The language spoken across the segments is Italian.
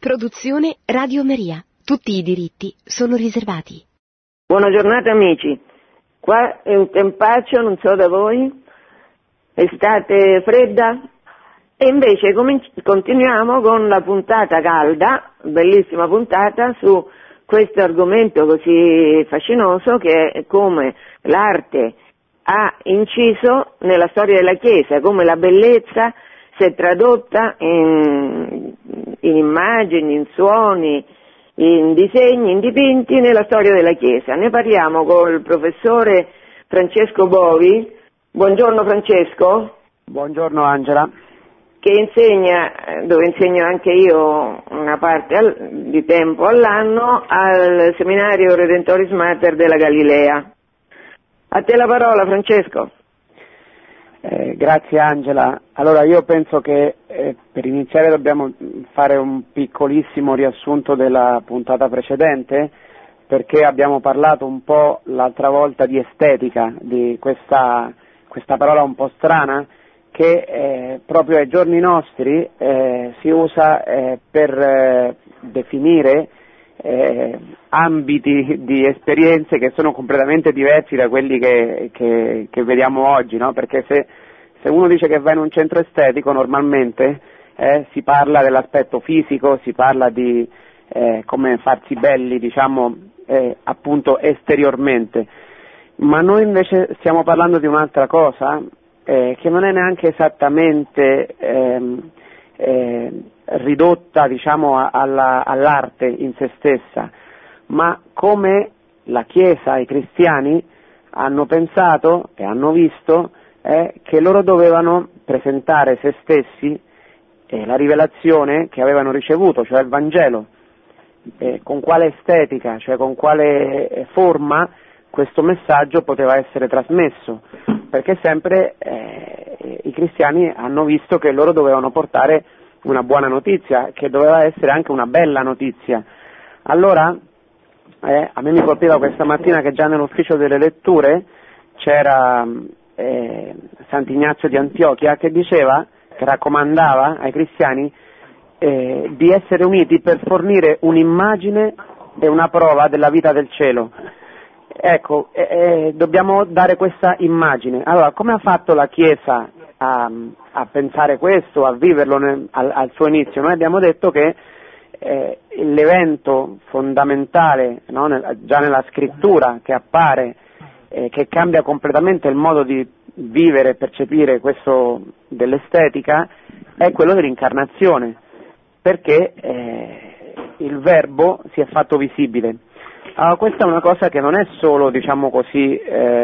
Produzione Radio Maria. Tutti i diritti sono riservati. Buona giornata amici. Qua è un tempaccio, non so da voi, estate fredda, e invece continuiamo con la puntata calda, bellissima puntata, su questo argomento così fascinoso che è come l'arte ha inciso nella storia della Chiesa, come la bellezza si è tradotta in immagini, in suoni, in disegni, in dipinti nella storia della Chiesa. Ne parliamo col professore Francesco Bovi. Buongiorno Francesco. Buongiorno Angela. Che insegna, dove insegno anche io una parte di tempo all'anno, al seminario Redentoris Mater della Galilea. A te la parola Francesco. Grazie Angela. Allora io penso che per iniziare dobbiamo fare un piccolissimo riassunto della puntata precedente, perché abbiamo parlato un po' l'altra volta di estetica, di questa parola un po' strana che proprio ai giorni nostri si usa per definire ambiti di esperienze che sono completamente diversi da quelli che vediamo oggi, no? Perché se uno dice che va in un centro estetico normalmente si parla dell'aspetto fisico, si parla di come farsi belli, diciamo, appunto esteriormente, ma noi invece stiamo parlando di un'altra cosa che non è neanche esattamente ridotta, diciamo, all'arte in se stessa, ma come la Chiesa, i cristiani hanno pensato e hanno visto che loro dovevano presentare se stessi la rivelazione che avevano ricevuto, cioè il Vangelo, con quale estetica, cioè con quale forma questo messaggio poteva essere trasmesso, perché sempre i cristiani hanno visto che loro dovevano portare una buona notizia, che doveva essere anche una bella notizia. Allora a me mi colpiva questa mattina che già nell'ufficio delle letture c'era Sant'Ignazio di Antiochia che diceva, che raccomandava ai cristiani di essere uniti per fornire un'immagine e una prova della vita del cielo. Ecco, dobbiamo dare questa immagine. Allora, come ha fatto la Chiesa a pensare questo, a viverlo al suo inizio? Noi abbiamo detto che l'evento fondamentale, no, già nella scrittura che appare, che cambia completamente il modo di vivere e percepire questo dell'estetica, è quello dell'incarnazione, perché il Verbo si è fatto visibile. Allora, questa è una cosa che non è solo, diciamo così,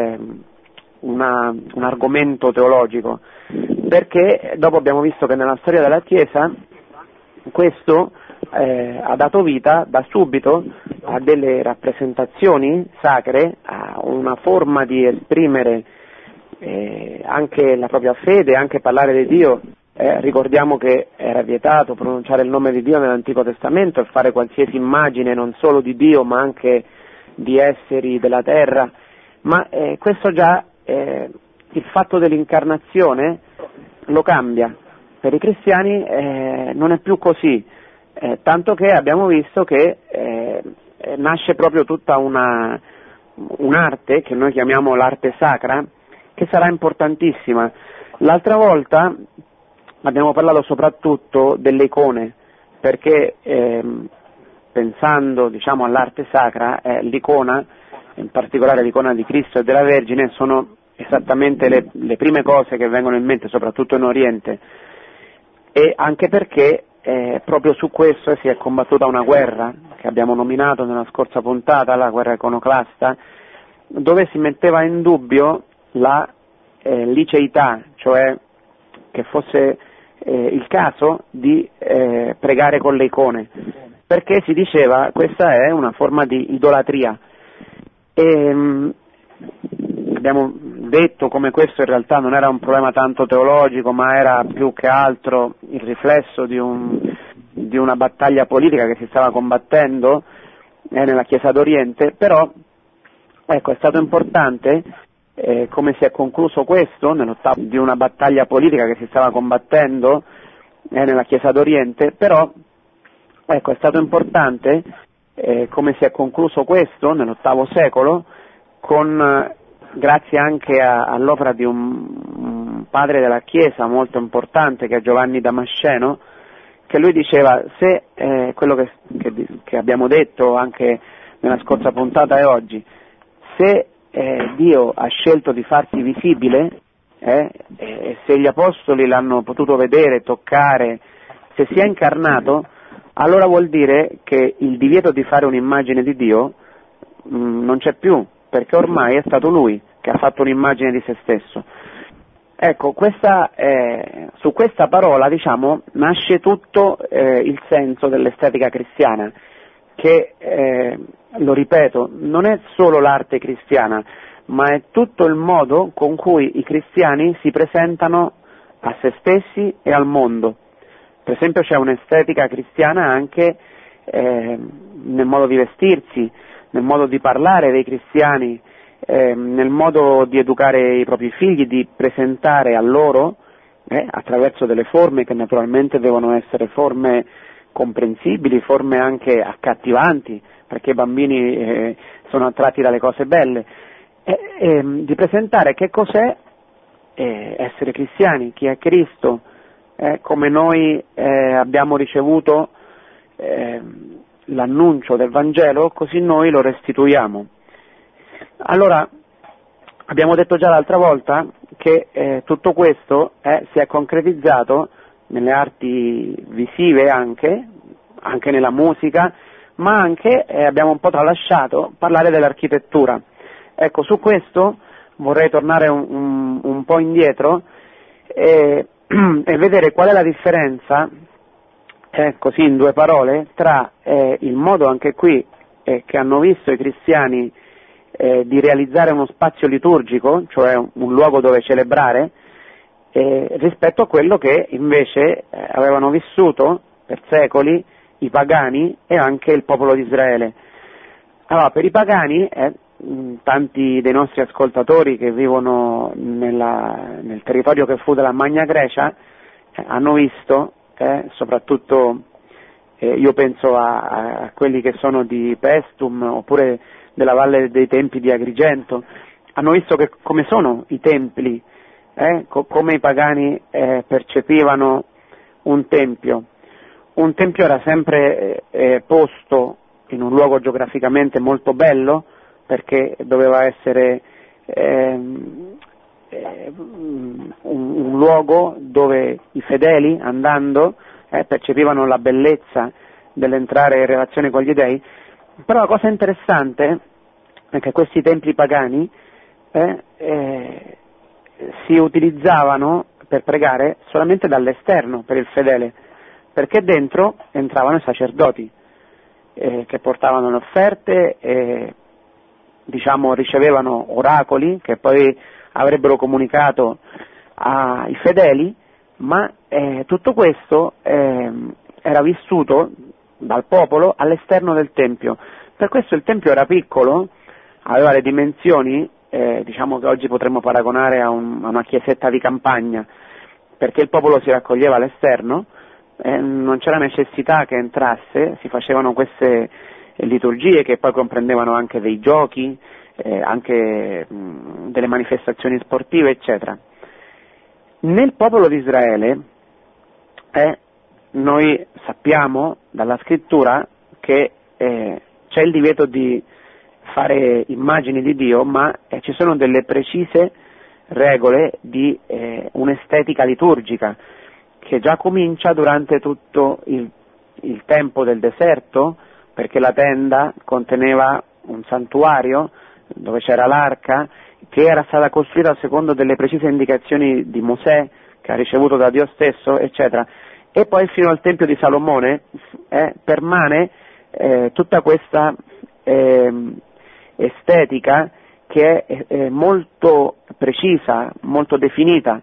un argomento teologico, perché dopo abbiamo visto che nella storia della Chiesa questo ha dato vita da subito a delle rappresentazioni sacre, a una forma di esprimere anche la propria fede, anche parlare di Dio. Ricordiamo che era vietato pronunciare il nome di Dio nell'Antico Testamento e fare qualsiasi immagine non solo di Dio ma anche di esseri della terra, ma questo già il fatto dell'incarnazione lo cambia. Per i cristiani non è più così, tanto che abbiamo visto che nasce proprio tutta un'arte che noi chiamiamo l'arte sacra, che sarà importantissima. L'altra volta abbiamo parlato soprattutto delle icone, perché pensando, diciamo, all'arte sacra, l'icona, in particolare l'icona di Cristo e della Vergine, sono esattamente le prime cose che vengono in mente, soprattutto in Oriente, e anche perché proprio su questo si è combattuta una guerra che abbiamo nominato nella scorsa puntata, la guerra iconoclasta, dove si metteva in dubbio la liceità, cioè che fosse il caso di pregare con le icone, perché si diceva questa è una forma di idolatria. E abbiamo detto come questo in realtà non era un problema tanto teologico, ma era più che altro il riflesso di una battaglia politica che si stava combattendo nella Chiesa d'Oriente, però ecco, è stato importante come si è concluso questo nell'ottavo di una battaglia politica che si stava combattendo nella Chiesa d'Oriente, però Ecco, è stato importante come si è concluso questo nell'VIII secolo, grazie anche all'opera di un padre della Chiesa molto importante che è Giovanni Damasceno, che lui diceva: se quello che abbiamo detto anche nella scorsa puntata e oggi, se Dio ha scelto di farsi visibile, e se gli apostoli l'hanno potuto vedere, toccare, se si è incarnato, allora vuol dire che il divieto di fare un'immagine di Dio non c'è più, perché ormai è stato Lui che ha fatto un'immagine di se stesso. Ecco, su questa parola, diciamo, nasce tutto il senso dell'estetica cristiana, che, lo ripeto, non è solo l'arte cristiana, ma è tutto il modo con cui i cristiani si presentano a se stessi e al mondo. Per esempio c'è un'estetica cristiana anche nel modo di vestirsi, nel modo di parlare dei cristiani, nel modo di educare i propri figli, di presentare a loro, attraverso delle forme che naturalmente devono essere forme comprensibili, forme anche accattivanti, perché i bambini sono attratti dalle cose belle, di presentare che cos'è essere cristiani, chi è Cristo, come noi abbiamo ricevuto l'annuncio del Vangelo, così noi lo restituiamo. Allora, abbiamo detto già l'altra volta che tutto questo si è concretizzato nelle arti visive anche nella musica, ma anche abbiamo un po' tralasciato parlare dell'architettura. Ecco, su questo vorrei tornare un po' indietro e vedere qual è la differenza, così in due parole, tra il modo anche qui che hanno visto i cristiani di realizzare uno spazio liturgico, cioè un luogo dove celebrare, rispetto a quello che invece avevano vissuto per secoli i pagani e anche il popolo di Israele. Allora, per i pagani, tanti dei nostri ascoltatori che vivono nel territorio che fu della Magna Grecia hanno visto, soprattutto io penso a quelli che sono di Pestum oppure della Valle dei Tempi di Agrigento, hanno visto come sono i templi, come i pagani percepivano un tempio. Un tempio era sempre posto in un luogo geograficamente molto bello, perché doveva essere un luogo dove i fedeli, andando, percepivano la bellezza dell'entrare in relazione con gli dei. Però la cosa interessante è che questi templi pagani si utilizzavano per pregare solamente dall'esterno per il fedele, perché dentro entravano i sacerdoti che portavano le offerte e ricevevano oracoli che poi avrebbero comunicato ai fedeli, ma tutto questo era vissuto dal popolo all'esterno del Tempio. Per questo il Tempio era piccolo, aveva le dimensioni che oggi potremmo paragonare a una chiesetta di campagna, perché il popolo si raccoglieva all'esterno, non c'era necessità che entrasse, si facevano queste liturgie che poi comprendevano anche dei giochi, anche delle manifestazioni sportive, eccetera. Nel popolo di Israele noi sappiamo dalla scrittura che c'è il divieto di fare immagini di Dio, ma ci sono delle precise regole di un'estetica liturgica che già comincia durante tutto il tempo del deserto, perché la tenda conteneva un santuario dove c'era l'arca, che era stata costruita secondo delle precise indicazioni di Mosè, che ha ricevuto da Dio stesso, eccetera. E poi fino al Tempio di Salomone permane tutta questa estetica che è molto precisa, molto definita.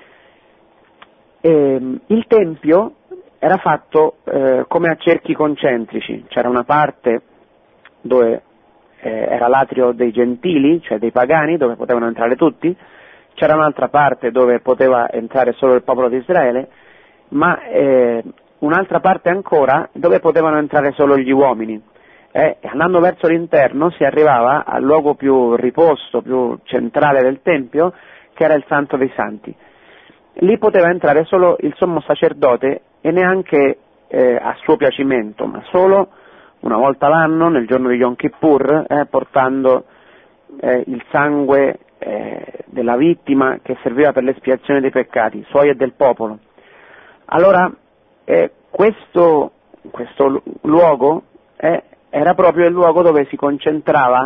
Il Tempio era fatto come a cerchi concentrici, c'era una parte dove era l'atrio dei gentili, cioè dei pagani, dove potevano entrare tutti, c'era un'altra parte dove poteva entrare solo il popolo di Israele, ma un'altra parte ancora dove potevano entrare solo gli uomini. Andando verso l'interno si arrivava al luogo più riposto, più centrale del Tempio, che era il Santo dei Santi. Lì poteva entrare solo il sommo sacerdote e neanche a suo piacimento, ma solo una volta l'anno, nel giorno di Yom Kippur, portando il sangue della vittima che serviva per l'espiazione dei peccati suoi e del popolo. Allora, questo luogo era proprio il luogo dove si concentrava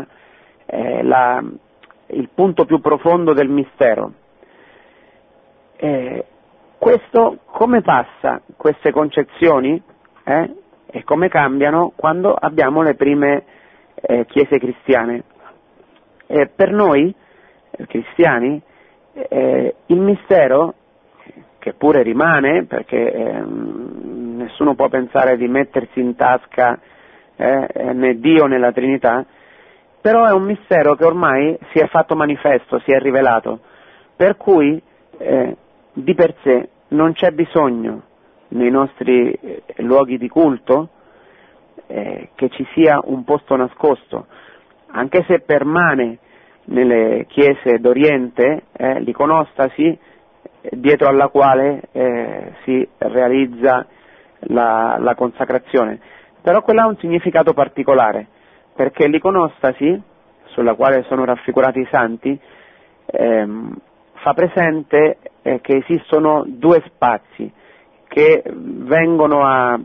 il punto più profondo del mistero. Questo come passa queste concezioni e come cambiano quando abbiamo le prime chiese cristiane? Per noi cristiani il mistero, che pure rimane, perché nessuno può pensare di mettersi in tasca né Dio né la Trinità, però è un mistero che ormai si è fatto manifesto, si è rivelato, per cui di per sé non c'è bisogno nei nostri luoghi di culto che ci sia un posto nascosto, anche se permane nelle chiese d'Oriente l'iconostasi dietro alla quale si realizza la consacrazione, però quella ha un significato particolare, perché l'iconostasi, sulla quale sono raffigurati i santi, fa presente che esistono due spazi che vengono a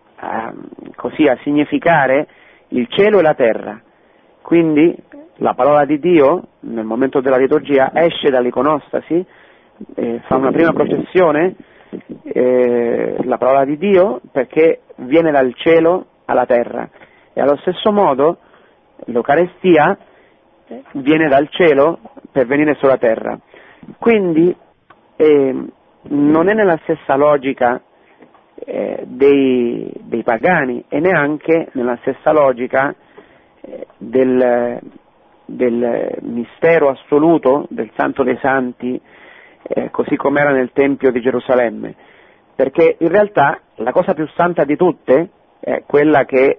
significare il cielo e la terra. Quindi la parola di Dio nel momento della liturgia esce dall'iconostasi, fa una prima processione, la parola di Dio, perché viene dal cielo alla terra, e allo stesso modo l'Eucarestia viene dal cielo per venire sulla terra. Quindi non è nella stessa logica dei pagani e neanche nella stessa logica del mistero assoluto del Santo dei Santi, così come era nel Tempio di Gerusalemme, perché in realtà la cosa più santa di tutte è quella che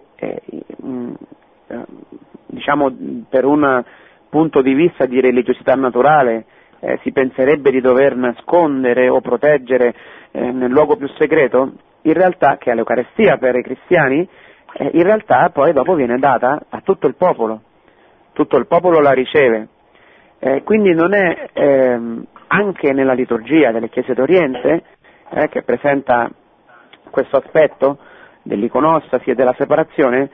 diciamo per un punto di vista di religiosità naturale si penserebbe di dover nascondere o proteggere nel luogo più segreto, in realtà, che è l'Eucarestia per i cristiani, in realtà poi dopo viene data a tutto il popolo la riceve, quindi non è anche nella liturgia delle chiese d'Oriente, che presenta questo aspetto dell'iconostasi e della separazione,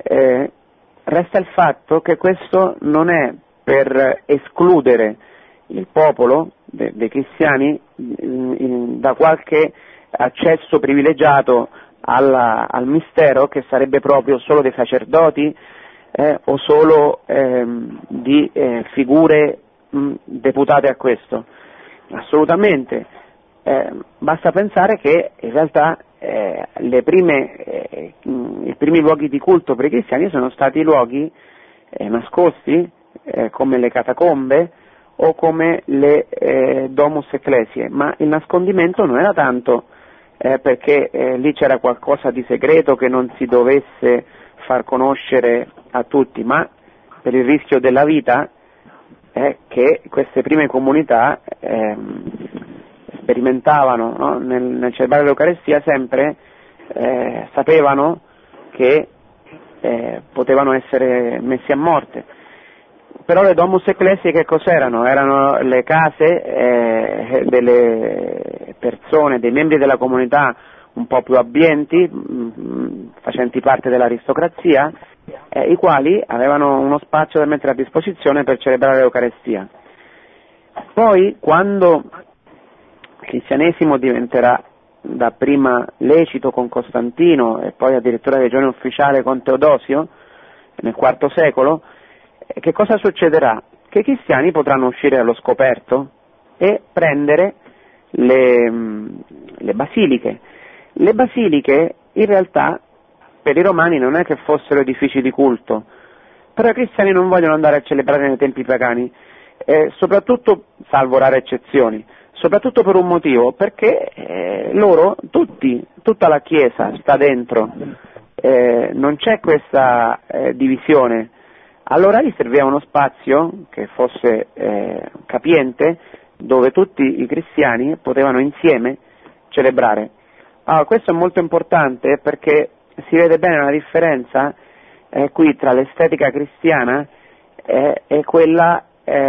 resta il fatto che questo non è per escludere il popolo dei cristiani da qualche accesso privilegiato al mistero, che sarebbe proprio solo dei sacerdoti o solo di figure deputate a questo. Assolutamente. Basta pensare che in realtà i primi luoghi di culto per i cristiani sono stati luoghi nascosti, come le catacombe o come le domus ecclesiae, ma il nascondimento non era tanto perché lì c'era qualcosa di segreto che non si dovesse far conoscere a tutti, ma per il rischio della vita che queste prime comunità sperimentavano, no? Nel celebrare l'Eucarestia sempre sapevano che potevano essere messi a morte. Però le domus ecclesiae che cos'erano? Erano le case delle persone, dei membri della comunità un po' più abbienti, facenti parte dell'aristocrazia, i quali avevano uno spazio da mettere a disposizione per celebrare l'Eucarestia. Poi, quando il cristianesimo diventerà dapprima lecito con Costantino e poi addirittura religione ufficiale con Teodosio, nel IV secolo, che cosa succederà? Che i cristiani potranno uscire allo scoperto e prendere le basiliche. Le basiliche in realtà per i romani non è che fossero edifici di culto, però i cristiani non vogliono andare a celebrare nei templi pagani, soprattutto, salvo rare eccezioni, soprattutto per un motivo, perché loro, tutta la Chiesa sta dentro, non c'è questa divisione. Allora gli serviva uno spazio che fosse capiente, dove tutti i cristiani potevano insieme celebrare. Allora, questo è molto importante perché si vede bene la differenza qui tra l'estetica cristiana e quella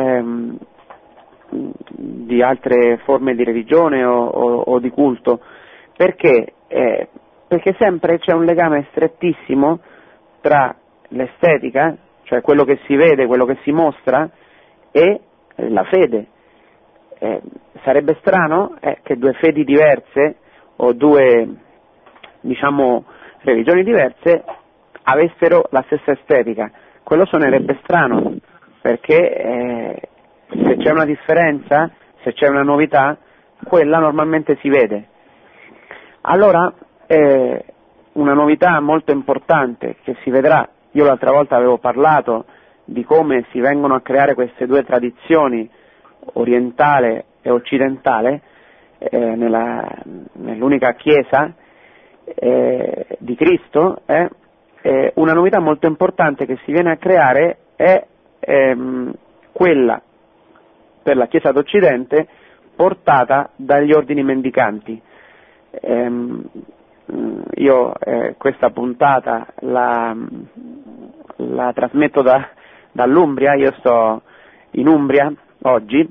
di altre forme di religione o di culto, perché sempre c'è un legame strettissimo tra l'estetica, cioè quello che si vede, quello che si mostra, e la fede. Sarebbe strano che due fedi diverse o due, diciamo, religioni diverse avessero la stessa estetica. Quello suonerebbe strano, perché se c'è una differenza, se c'è una novità, quella normalmente si vede. Allora, una novità molto importante che si vedrà, io l'altra volta avevo parlato di come si vengono a creare queste due tradizioni, orientale e occidentale, nell'unica Chiesa di Cristo, una novità molto importante che si viene a creare è quella per la Chiesa d'Occidente portata dagli ordini mendicanti. Io questa puntata la trasmetto dall'Umbria, io sto in Umbria oggi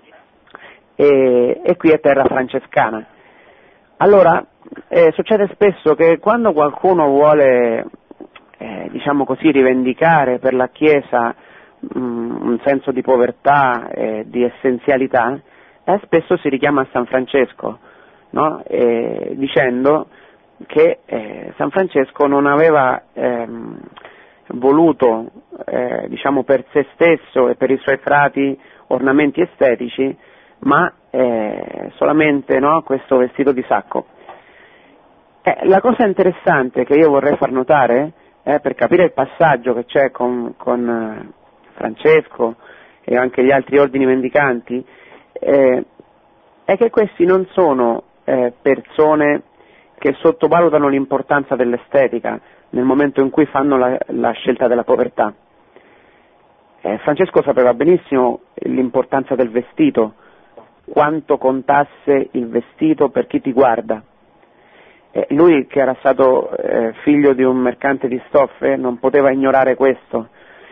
e qui è terra francescana. Allora, succede spesso che quando qualcuno vuole, diciamo così, rivendicare per la Chiesa un senso di povertà e di essenzialità, spesso si richiama a San Francesco, no? Dicendo che San Francesco non aveva voluto, diciamo, per se stesso e per i suoi frati ornamenti estetici, ma solamente, no, questo vestito di sacco. La cosa interessante che io vorrei far notare, per capire il passaggio che c'è con Francesco e anche gli altri ordini mendicanti, è che questi non sono persone che sottovalutano l'importanza dell'estetica nel momento in cui fanno la scelta della povertà. Francesco sapeva benissimo l'importanza del vestito, quanto contasse il vestito per chi ti guarda. Lui, che era stato figlio di un mercante di stoffe, non poteva ignorare questo,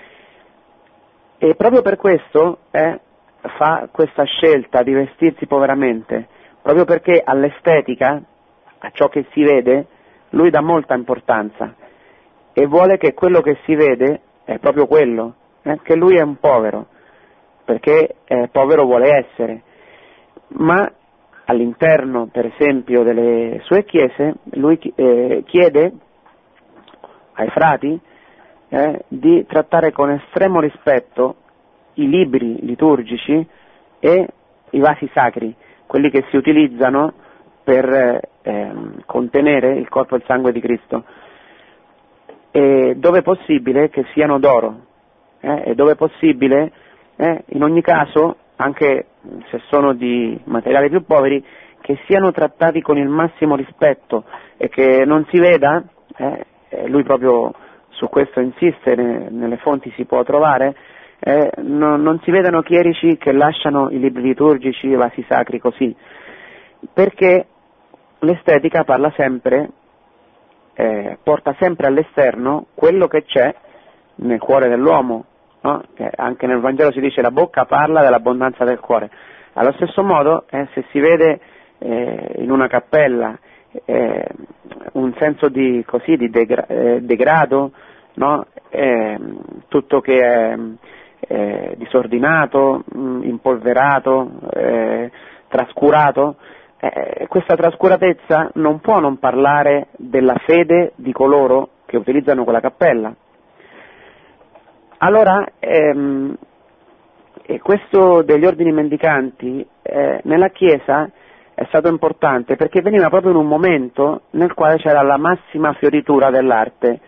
e proprio per questo fa questa scelta di vestirsi poveramente, proprio perché all'estetica, a ciò che si vede, lui dà molta importanza e vuole che quello che si vede è proprio quello, che lui è un povero, perché povero vuole essere, ma all'interno, per esempio, delle sue chiese, lui chiede ai frati di trattare con estremo rispetto i libri liturgici e i vasi sacri, quelli che si utilizzano per contenere il corpo e il sangue di Cristo, e dove è possibile che siano d'oro, e dove è possibile, in ogni caso, anche se sono di materiali più poveri, che siano trattati con il massimo rispetto e che non si veda, lui proprio su questo insiste, nelle fonti si può trovare, non si vedano chierici che lasciano i libri liturgici e i vasi sacri così, perché l'estetica parla sempre, porta sempre all'esterno quello che c'è nel cuore dell'uomo, no? Anche nel Vangelo si dice la bocca parla dell'abbondanza del cuore. Allo stesso modo, se si vede in una cappella un senso di degrado, no? Tutto che è disordinato, impolverato, trascurato, questa trascuratezza non può non parlare della fede di coloro che utilizzano quella cappella. Allora, questo degli ordini mendicanti nella Chiesa è stato importante perché veniva proprio in un momento nel quale c'era la massima fioritura dell'arte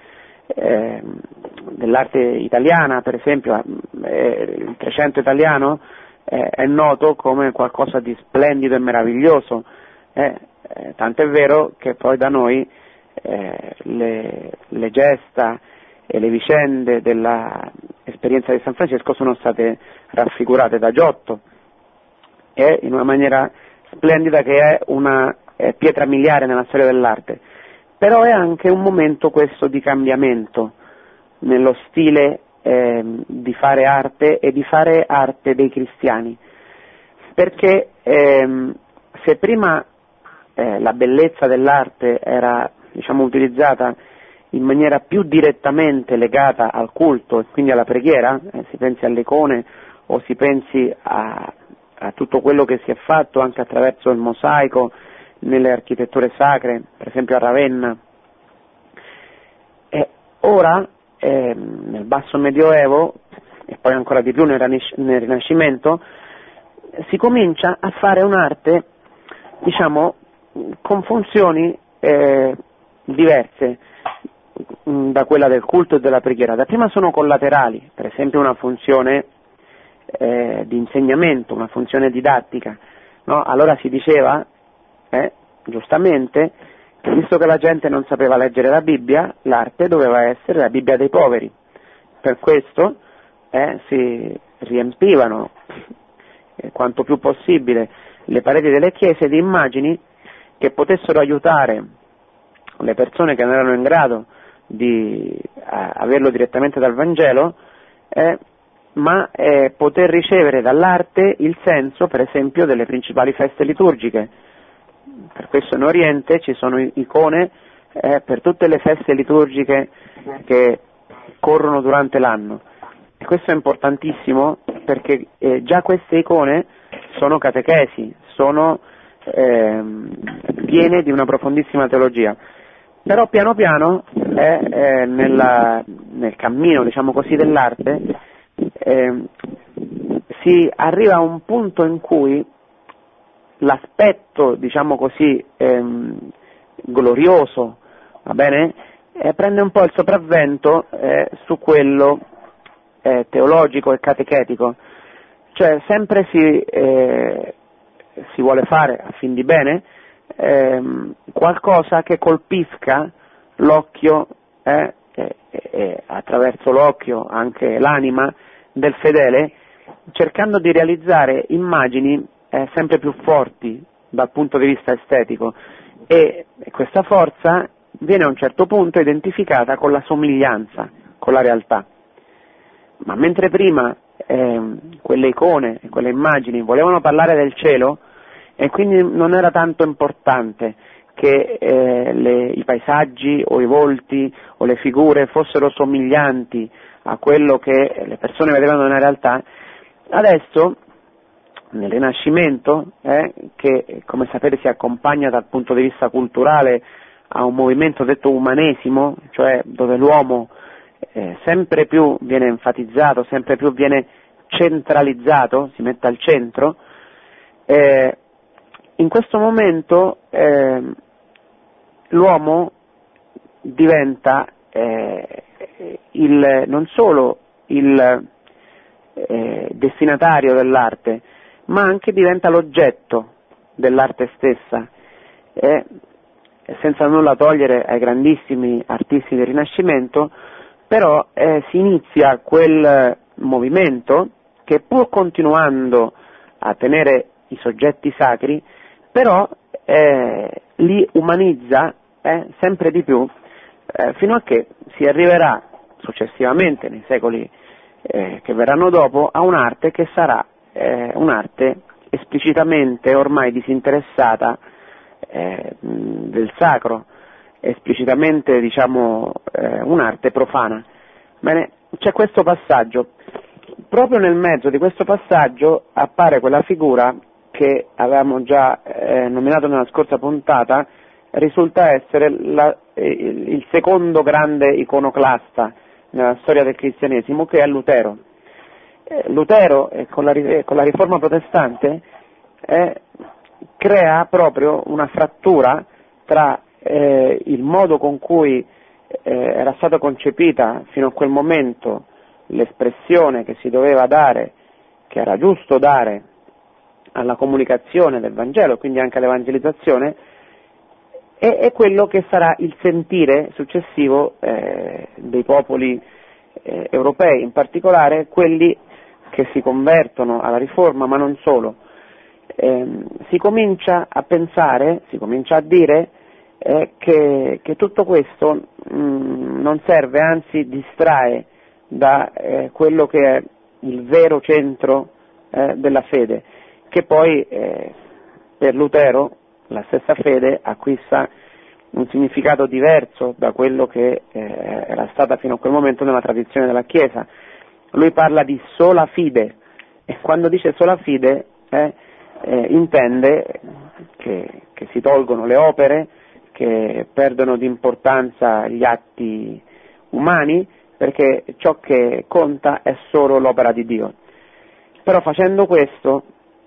italiana, per esempio, il Trecento italiano è noto come qualcosa di splendido e meraviglioso, tant'è vero che poi da noi le gesta e le vicende dell'esperienza di San Francesco sono state raffigurate da Giotto, in una maniera splendida, che è una pietra miliare nella storia dell'arte. Però è anche un momento questo di cambiamento nello stile di fare arte e di fare arte dei cristiani, perché se prima la bellezza dell'arte era, diciamo, utilizzata in maniera più direttamente legata al culto e quindi alla preghiera, si pensi alle icone o si pensi a tutto quello che si è fatto anche attraverso il mosaico nelle architetture sacre, per esempio a Ravenna. Ora, nel basso medioevo, e poi ancora di più nel Rinascimento, si comincia a fare un'arte, diciamo, con funzioni diverse da quella del culto e della preghiera. Da prima sono collaterali, per esempio una funzione di insegnamento, una funzione didattica, no? Allora si diceva, giustamente, che visto che la gente non sapeva leggere la Bibbia, l'arte doveva essere la Bibbia dei poveri. Per questo si riempivano quanto più possibile le pareti delle chiese di immagini che potessero aiutare le persone che non erano in grado di averlo direttamente dal Vangelo, ma poter ricevere dall'arte il senso, per esempio, delle principali feste liturgiche. Per questo in Oriente ci sono icone per tutte le feste liturgiche che corrono durante l'anno. E questo è importantissimo perché già queste icone sono catechesi, sono piene di una profondissima teologia. Però piano piano nel cammino, diciamo così, dell'arte si arriva a un punto in cui l'aspetto, diciamo così, glorioso, va bene, prende un po' il sopravvento su quello teologico e catechetico, cioè sempre si vuole fare a fin di bene qualcosa che colpisca l'occhio e attraverso l'occhio anche l'anima del fedele, cercando di realizzare immagini sempre più forti dal punto di vista estetico, e questa forza viene a un certo punto identificata con la somiglianza con la realtà. Ma mentre prima quelle icone e quelle immagini volevano parlare del cielo, e quindi non era tanto importante che i paesaggi o i volti o le figure fossero somiglianti a quello che le persone vedevano nella realtà, adesso nel Rinascimento, che come sapete si accompagna dal punto di vista culturale a un movimento detto umanesimo, cioè dove l'uomo sempre più viene enfatizzato, sempre più viene centralizzato, si mette al centro, in questo momento l'uomo diventa non solo il destinatario dell'arte, ma anche diventa l'oggetto dell'arte stessa, senza nulla togliere ai grandissimi artisti del Rinascimento, però si inizia quel movimento che, pur continuando a tenere i soggetti sacri, però li umanizza sempre di più, fino a che si arriverà successivamente, nei secoli che verranno dopo, a un'arte che sarà un'arte esplicitamente ormai disinteressata del sacro, esplicitamente, diciamo, un'arte profana. Bene, c'è questo passaggio. Proprio nel mezzo di questo passaggio appare quella figura che avevamo già nominato nella scorsa puntata, risulta essere il secondo grande iconoclasta nella storia del cristianesimo, che è Lutero. Lutero, con la riforma protestante, crea proprio una frattura tra il modo con cui era stata concepita fino a quel momento l'espressione che si doveva dare che era giusto dare alla comunicazione del Vangelo, quindi anche all'evangelizzazione, è quello che sarà il sentire successivo dei popoli europei, in particolare quelli che si convertono alla Riforma, ma non solo. Si comincia a pensare, si comincia a dire che tutto questo non serve, anzi distrae da quello che è il vero centro della fede, che poi per Lutero la stessa fede acquista un significato diverso da quello che era stata fino a quel momento nella tradizione della Chiesa. Lui parla di sola fide, e quando dice sola fide intende che si tolgono le opere, che perdono di importanza gli atti umani, perché ciò che conta è solo l'opera di Dio. Però facendo questo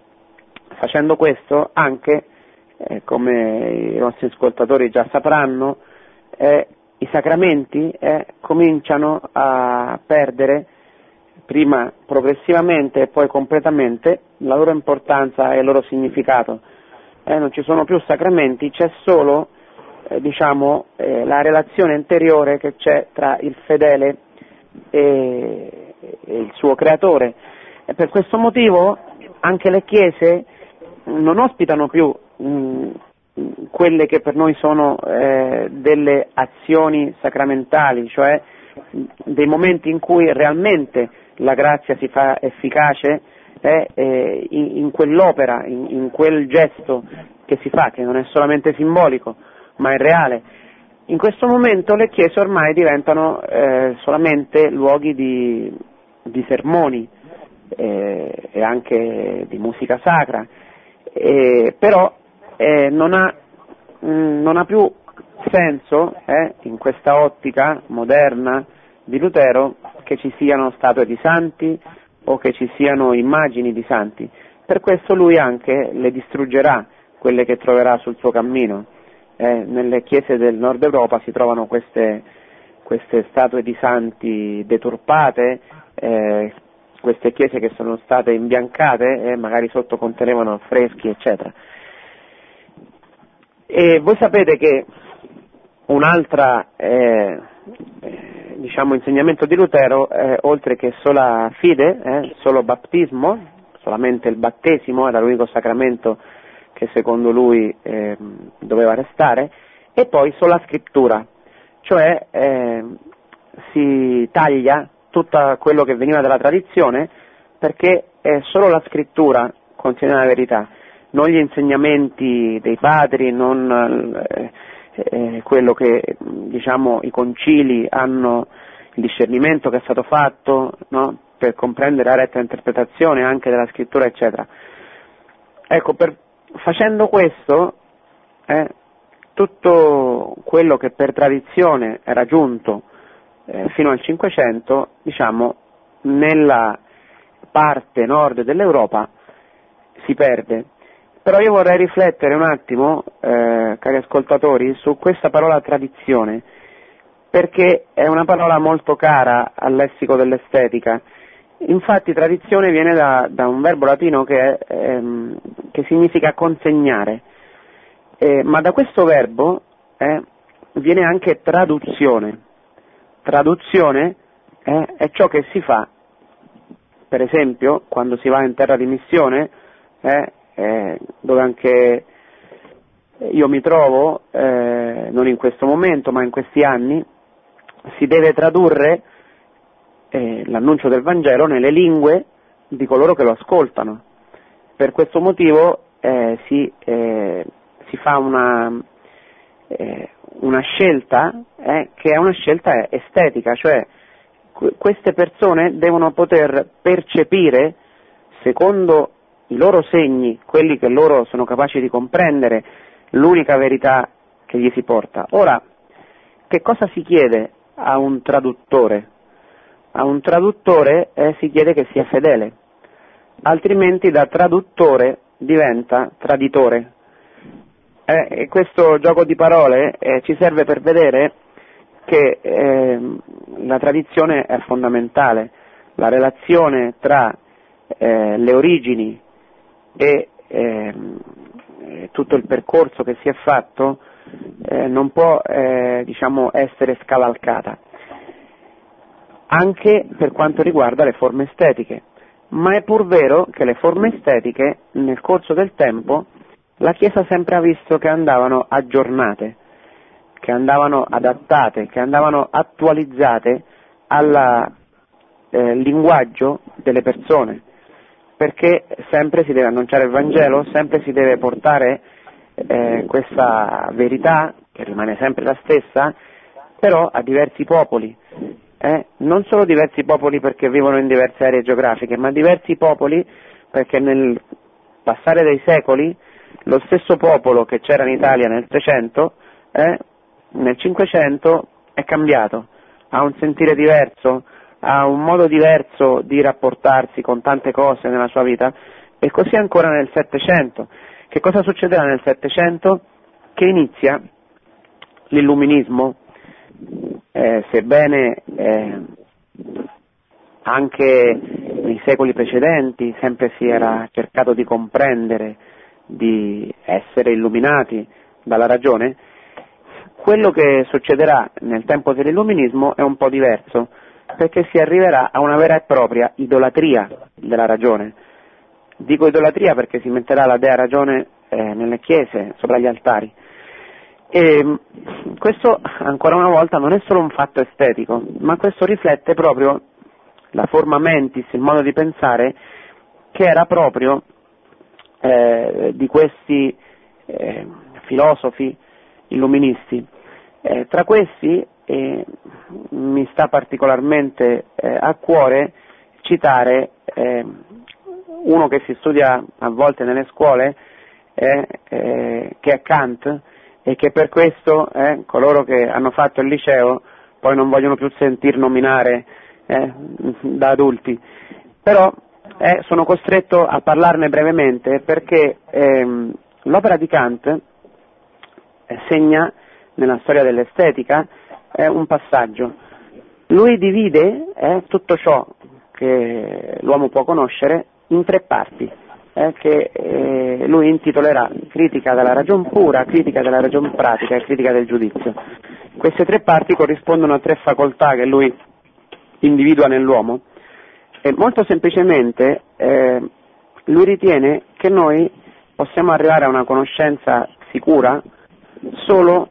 anche, come i nostri ascoltatori già sapranno, i sacramenti cominciano a perdere, prima progressivamente e poi completamente, la loro importanza e il loro significato. Non ci sono più sacramenti, c'è solo la relazione interiore che c'è tra il fedele e il suo creatore. E per questo motivo anche le chiese non ospitano più quelle che per noi sono delle azioni sacramentali, cioè dei momenti in cui realmente la grazia si fa efficace in quell'opera, in quel gesto che si fa, che non è solamente simbolico, ma è reale. In questo momento le chiese ormai diventano solamente luoghi di sermoni e anche di musica sacra, però non ha più senso in questa ottica moderna di Lutero che ci siano statue di santi o che ci siano immagini di santi. Per questo lui anche le distruggerà, quelle che troverà sul suo cammino. Nelle chiese del nord Europa si trovano queste statue di santi deturpate, queste chiese che sono state imbiancate, magari sotto contenevano affreschi, eccetera. E voi sapete che un'altra insegnamento di Lutero, oltre che sola fide, solo battesimo, solamente il battesimo era l'unico sacramento che secondo lui doveva restare, e poi sola scrittura, cioè si taglia tutto quello che veniva dalla tradizione, perché solo la scrittura contiene la verità, non gli insegnamenti dei padri, non quello che i concili hanno, il discernimento che è stato fatto, no? Per comprendere la retta interpretazione anche della scrittura, eccetera. Ecco, facendo questo, tutto quello che per tradizione era giunto fino al Cinquecento, nella parte nord dell'Europa si perde. Però io vorrei riflettere un attimo, cari ascoltatori, su questa parola tradizione, perché è una parola molto cara al lessico dell'estetica. Infatti tradizione viene da un verbo latino che significa consegnare, ma da questo verbo viene anche traduzione. Traduzione è ciò che si fa, per esempio, quando si va in terra di missione, dove anche io mi trovo, non in questo momento ma in questi anni, si deve tradurre l'annuncio del Vangelo nelle lingue di coloro che lo ascoltano. Per questo motivo si fa una scelta che è una scelta estetica, cioè queste persone devono poter percepire, secondo i loro segni, quelli che loro sono capaci di comprendere, l'unica verità che gli si porta. Ora, che cosa si chiede a un traduttore? A un traduttore si chiede che sia fedele, altrimenti da traduttore diventa traditore. E questo gioco di parole ci serve per vedere che la tradizione è fondamentale, la relazione tra le origini e tutto il percorso che si è fatto non può essere scavalcata, anche per quanto riguarda le forme estetiche, ma è pur vero che le forme estetiche nel corso del tempo la Chiesa sempre ha visto che andavano aggiornate, che andavano adattate, che andavano attualizzate al linguaggio delle persone, perché sempre si deve annunciare il Vangelo, sempre si deve portare questa verità, che rimane sempre la stessa, però a diversi popoli, non solo diversi popoli perché vivono in diverse aree geografiche, ma diversi popoli perché nel passare dei secoli lo stesso popolo che c'era in Italia nel 300, nel 500 è cambiato, ha un sentire diverso, ha un modo diverso di rapportarsi con tante cose nella sua vita, e così ancora nel 700. Che cosa succederà nel 700? Che inizia l'illuminismo, sebbene anche nei secoli precedenti sempre si era cercato di comprendere, di essere illuminati dalla ragione, quello che succederà nel tempo dell'illuminismo è un po' diverso, perché si arriverà a una vera e propria idolatria della ragione. Dico idolatria perché si metterà la dea ragione nelle chiese, sopra gli altari. E questo, ancora una volta, non è solo un fatto estetico, ma questo riflette proprio la forma mentis, il modo di pensare, che era proprio di questi filosofi illuministi. Tra questi mi sta particolarmente a cuore citare uno che si studia a volte nelle scuole, che è Kant, e che per questo coloro che hanno fatto il liceo poi non vogliono più sentir nominare da adulti, però sono costretto a parlarne brevemente perché l'opera di Kant segna nella storia dell'estetica un passaggio. Lui divide tutto ciò che l'uomo può conoscere in tre parti, che lui intitolerà critica della ragion pura, critica della ragion pratica e critica del giudizio. Queste tre parti corrispondono a tre facoltà che lui individua nell'uomo, e molto semplicemente lui ritiene che noi possiamo arrivare a una conoscenza sicura solo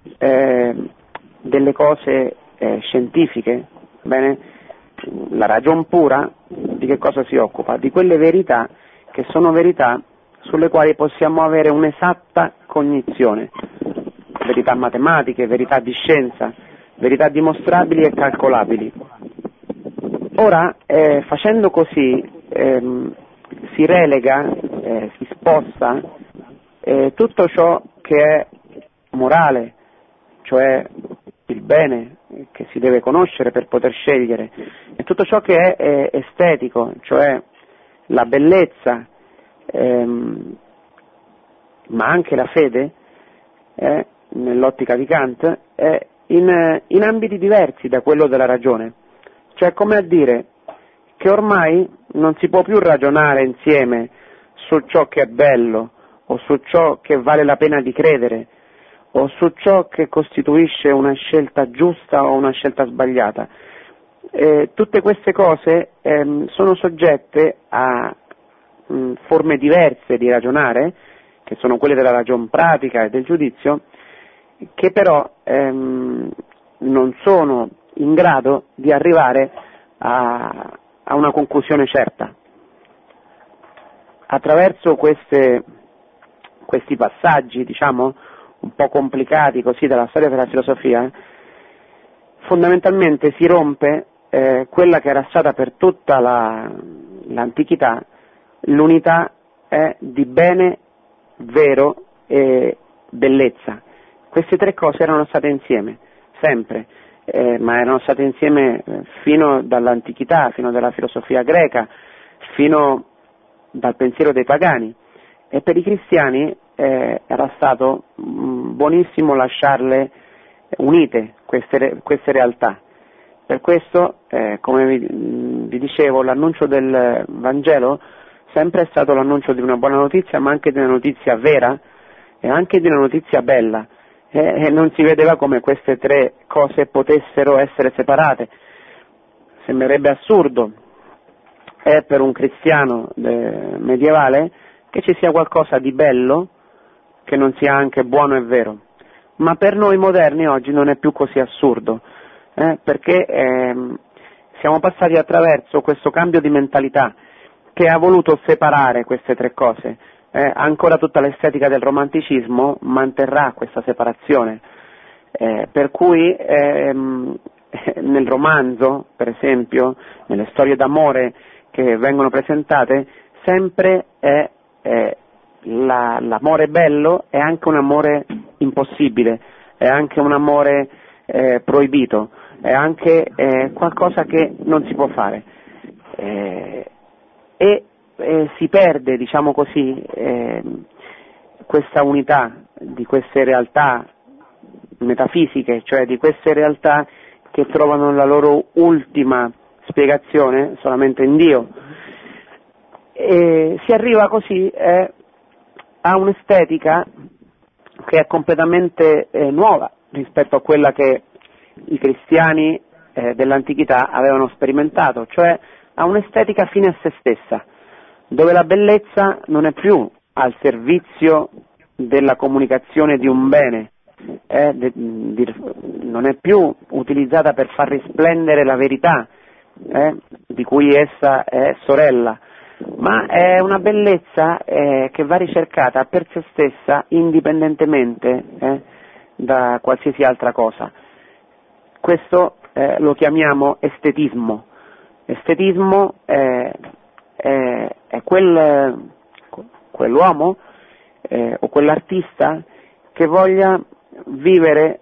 delle cose scientifiche. Bene? La ragion pura di che cosa si occupa? Di quelle verità che sono verità sulle quali possiamo avere un'esatta cognizione, verità matematiche, verità di scienza, verità dimostrabili e calcolabili. Ora, facendo così, si relega, si sposta tutto ciò che è morale, cioè il bene che si deve conoscere per poter scegliere, e tutto ciò che è estetico, cioè la bellezza, ma anche la fede, nell'ottica di Kant, in ambiti diversi da quello della ragione. Cioè, come a dire che ormai non si può più ragionare insieme su ciò che è bello, o su ciò che vale la pena di credere, o su ciò che costituisce una scelta giusta o una scelta sbagliata. Tutte queste cose sono soggette a forme diverse di ragionare, che sono quelle della ragion pratica e del giudizio, che però non sono in grado di arrivare a una conclusione certa. Attraverso questi passaggi, diciamo, un po' complicati così della storia della filosofia, fondamentalmente si rompe quella che era stata per tutta l'antichità l'unità di bene, vero e bellezza. Queste tre cose erano state insieme, sempre, ma erano state insieme fino dall'antichità, fino dalla filosofia greca, fino dal pensiero dei pagani, e per i cristiani era stato buonissimo lasciarle unite queste realtà. Per questo, come vi dicevo, l'annuncio del Vangelo sempre è stato l'annuncio di una buona notizia, ma anche di una notizia vera e anche di una notizia bella, e non si vedeva come queste tre cose potessero essere separate. Sembrerebbe assurdo per un cristiano medievale che ci sia qualcosa di bello che non sia anche buono e vero, ma per noi moderni oggi non è più così assurdo, perché siamo passati attraverso questo cambio di mentalità che ha voluto separare queste tre cose. Ancora tutta l'estetica del romanticismo manterrà questa separazione, per cui nel romanzo, per esempio, nelle storie d'amore che vengono presentate, sempre l'amore bello è anche un amore impossibile, è anche un amore proibito, è anche qualcosa che non si può fare, e si perde, diciamo così, questa unità di queste realtà metafisiche, cioè di queste realtà che trovano la loro ultima spiegazione solamente in Dio, e si arriva così a un'estetica che è completamente nuova rispetto a quella che i cristiani dell'antichità avevano sperimentato, cioè a un'estetica fine a se stessa, dove la bellezza non è più al servizio della comunicazione di un bene, non è più utilizzata per far risplendere la verità di cui essa è sorella, ma è una bellezza che va ricercata per se stessa indipendentemente da qualsiasi altra cosa. Questo lo chiamiamo estetismo. Estetismo è quell'uomo o quell'artista che voglia vivere,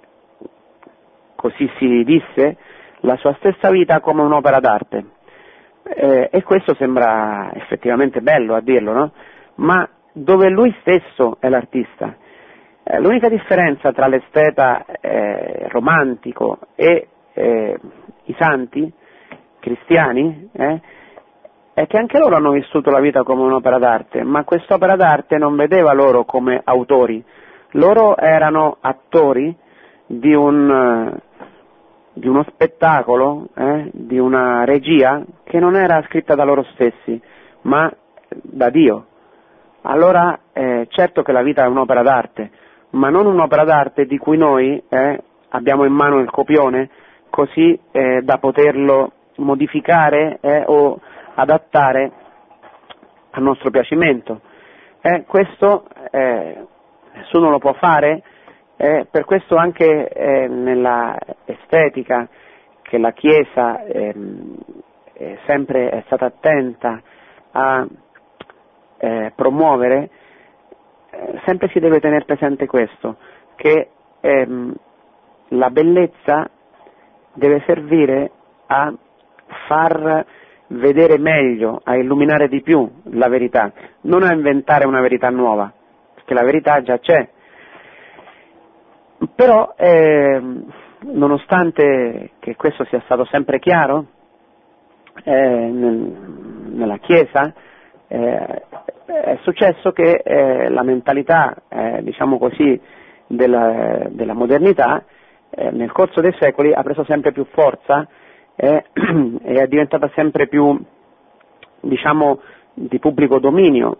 così si disse, la sua stessa vita come un'opera d'arte. E questo sembra effettivamente bello a dirlo, no? Ma dove lui stesso è l'artista. L'unica differenza tra l'esteta romantico e i santi cristiani è che anche loro hanno vissuto la vita come un'opera d'arte, ma quest'opera d'arte non vedeva loro come autori, loro erano attori di uno spettacolo, di una regia che non era scritta da loro stessi, ma da Dio. Allora certo che la vita è un'opera d'arte, ma non un'opera d'arte di cui noi abbiamo in mano il copione così da poterlo modificare o adattare a nostro piacimento. Questo nessuno lo può fare, per questo anche nella estetica che la Chiesa sempre è stata attenta a promuovere, sempre si deve tenere presente questo, che la bellezza deve servire a far vedere meglio, a illuminare di più la verità, non a inventare una verità nuova, perché la verità già c'è. Però, nonostante che questo sia stato sempre chiaro, nella Chiesa è successo che la mentalità, diciamo così, della modernità nel corso dei secoli ha preso sempre più forza e è diventata sempre più, diciamo, di pubblico dominio.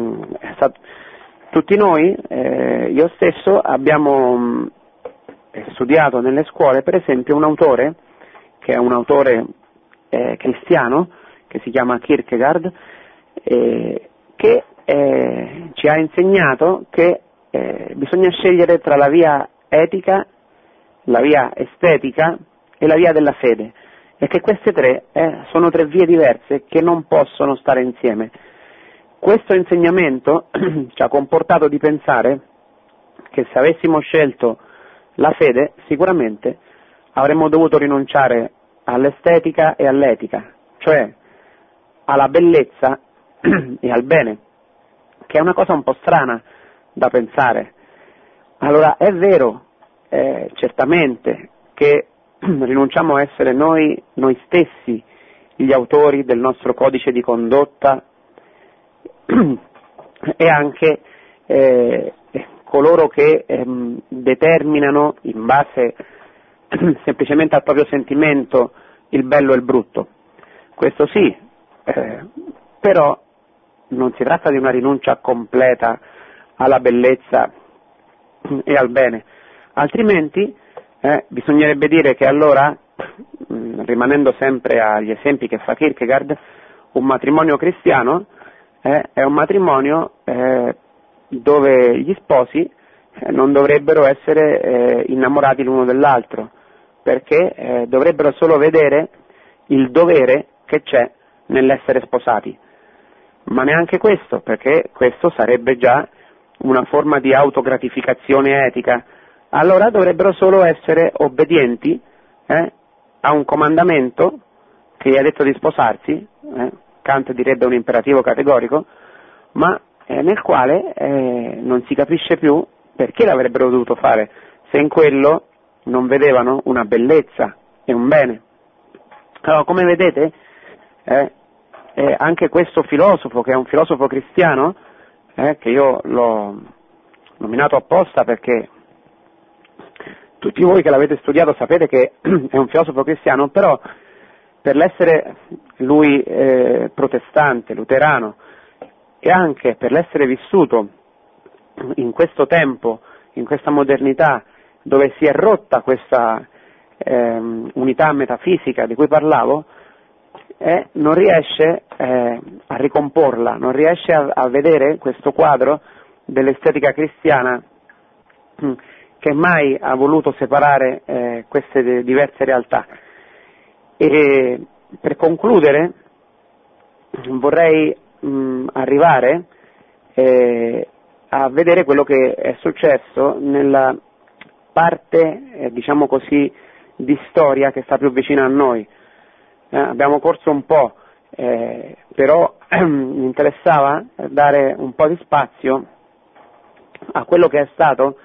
Tutti noi, io stesso, abbiamo studiato nelle scuole, per esempio, un autore, che è un autore cristiano, che si chiama Kierkegaard, che ci ha insegnato che bisogna scegliere tra la via etica, la via estetica e la via della fede, e che queste tre sono tre vie diverse che non possono stare insieme. Questo insegnamento ci ha comportato di pensare che se avessimo scelto la fede sicuramente avremmo dovuto rinunciare all'estetica e all'etica, cioè alla bellezza e al bene, che è una cosa un po' strana da pensare. Allora è vero certamente che rinunciamo a essere noi stessi gli autori del nostro codice di condotta e anche coloro che determinano in base semplicemente al proprio sentimento il bello e il brutto. Questo sì, però non si tratta di una rinuncia completa alla bellezza e al bene, altrimenti bisognerebbe dire che allora, rimanendo sempre agli esempi che fa Kierkegaard, un matrimonio cristiano è un matrimonio dove gli sposi non dovrebbero essere innamorati l'uno dell'altro, perché dovrebbero solo vedere il dovere che c'è nell'essere sposati. Ma neanche questo, perché questo sarebbe già una forma di autogratificazione etica. Allora dovrebbero solo essere obbedienti a un comandamento che gli ha detto di sposarsi, Kant direbbe un imperativo categorico, ma nel quale non si capisce più perché l'avrebbero dovuto fare, se in quello non vedevano una bellezza e un bene. Allora, come vedete, anche questo filosofo, che è un filosofo cristiano, che io l'ho nominato apposta perché tutti voi che l'avete studiato sapete che è un filosofo cristiano, però per l'essere lui protestante, luterano, e anche per l'essere vissuto in questo tempo, in questa modernità, dove si è rotta questa unità metafisica di cui parlavo, non riesce a ricomporla, non riesce a vedere questo quadro dell'estetica cristiana che mai ha voluto separare queste diverse realtà. E per concludere vorrei arrivare a vedere quello che è successo nella parte, diciamo così, di storia che sta più vicina a noi. Abbiamo corso un po', però mi interessava dare un po' di spazio a quello che è stato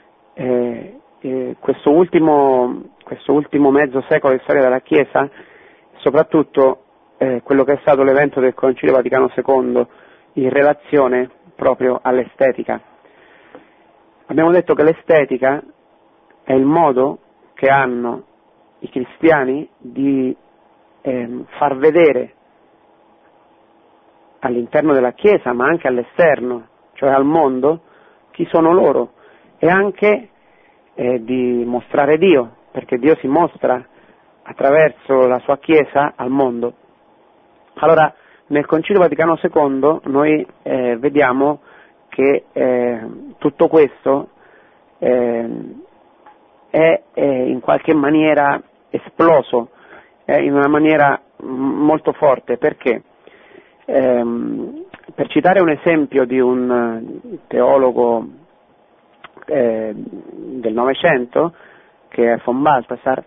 questo ultimo mezzo secolo di storia della Chiesa, soprattutto quello che è stato l'evento del Concilio Vaticano II in relazione proprio all'estetica. Abbiamo detto che l'estetica è il modo che hanno i cristiani di far vedere all'interno della Chiesa, ma anche all'esterno, cioè al mondo, chi sono loro, e anche di mostrare Dio, perché Dio si mostra attraverso la sua Chiesa al mondo. Allora, nel Concilio Vaticano II noi vediamo che tutto questo è in qualche maniera esploso in una maniera molto forte, perché per citare un esempio di un teologo del Novecento, che è von Balthasar,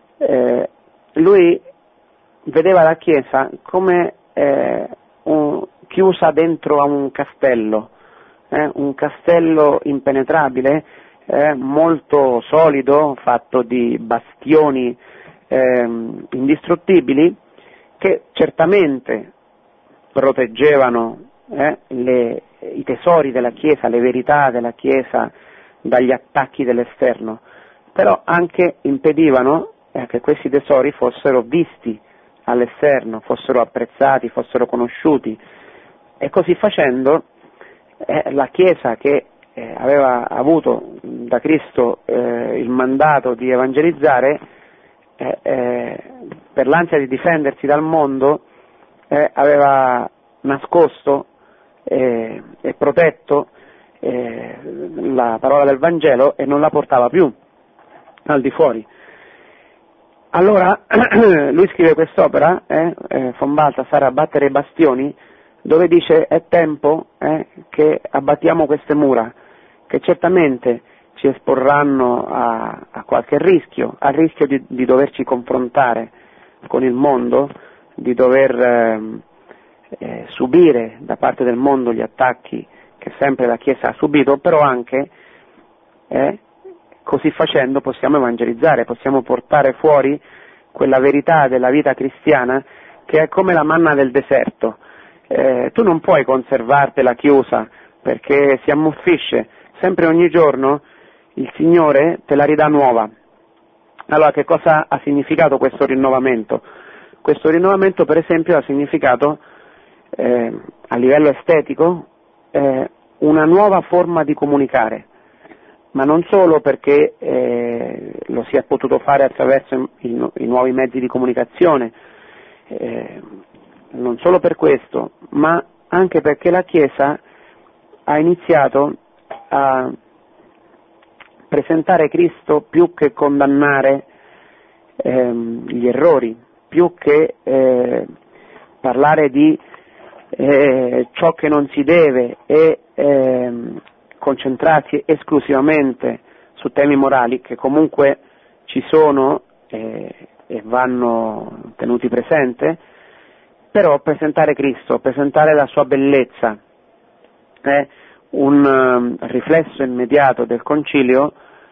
lui vedeva la Chiesa come chiusa dentro a un castello impenetrabile, molto solido, fatto di bastioni indistruttibili, che certamente proteggevano i tesori della Chiesa, le verità della Chiesa dagli attacchi dell'esterno, però anche impedivano che questi tesori fossero visti all'esterno, fossero apprezzati, fossero conosciuti, e così facendo la Chiesa, che aveva avuto da Cristo il mandato di evangelizzare, per l'ansia di difendersi dal mondo aveva nascosto e protetto la parola del Vangelo e non la portava più al di fuori. Allora lui scrive quest'opera, von Balthasar, Abbattere i bastioni, dove dice: è tempo che abbattiamo queste mura, che certamente ci esporranno a qualche rischio, al rischio di doverci confrontare con il mondo, di dover subire da parte del mondo gli attacchi che sempre la Chiesa ha subito, però anche così facendo possiamo evangelizzare, possiamo portare fuori quella verità della vita cristiana che è come la manna del deserto, tu non puoi conservartela chiusa perché si ammuffisce, sempre ogni giorno il Signore te la ridà nuova. Allora che cosa ha significato questo rinnovamento? Questo rinnovamento per esempio ha significato a livello estetico una nuova forma di comunicare, ma non solo perché lo si è potuto fare attraverso i nuovi mezzi di comunicazione, non solo per questo, ma anche perché la Chiesa ha iniziato a presentare Cristo più che condannare gli errori, più che parlare di ciò che non si deve e concentrarsi esclusivamente su temi morali che comunque ci sono e vanno tenuti presente, però presentare Cristo, presentare la sua bellezza. Un riflesso immediato del concilio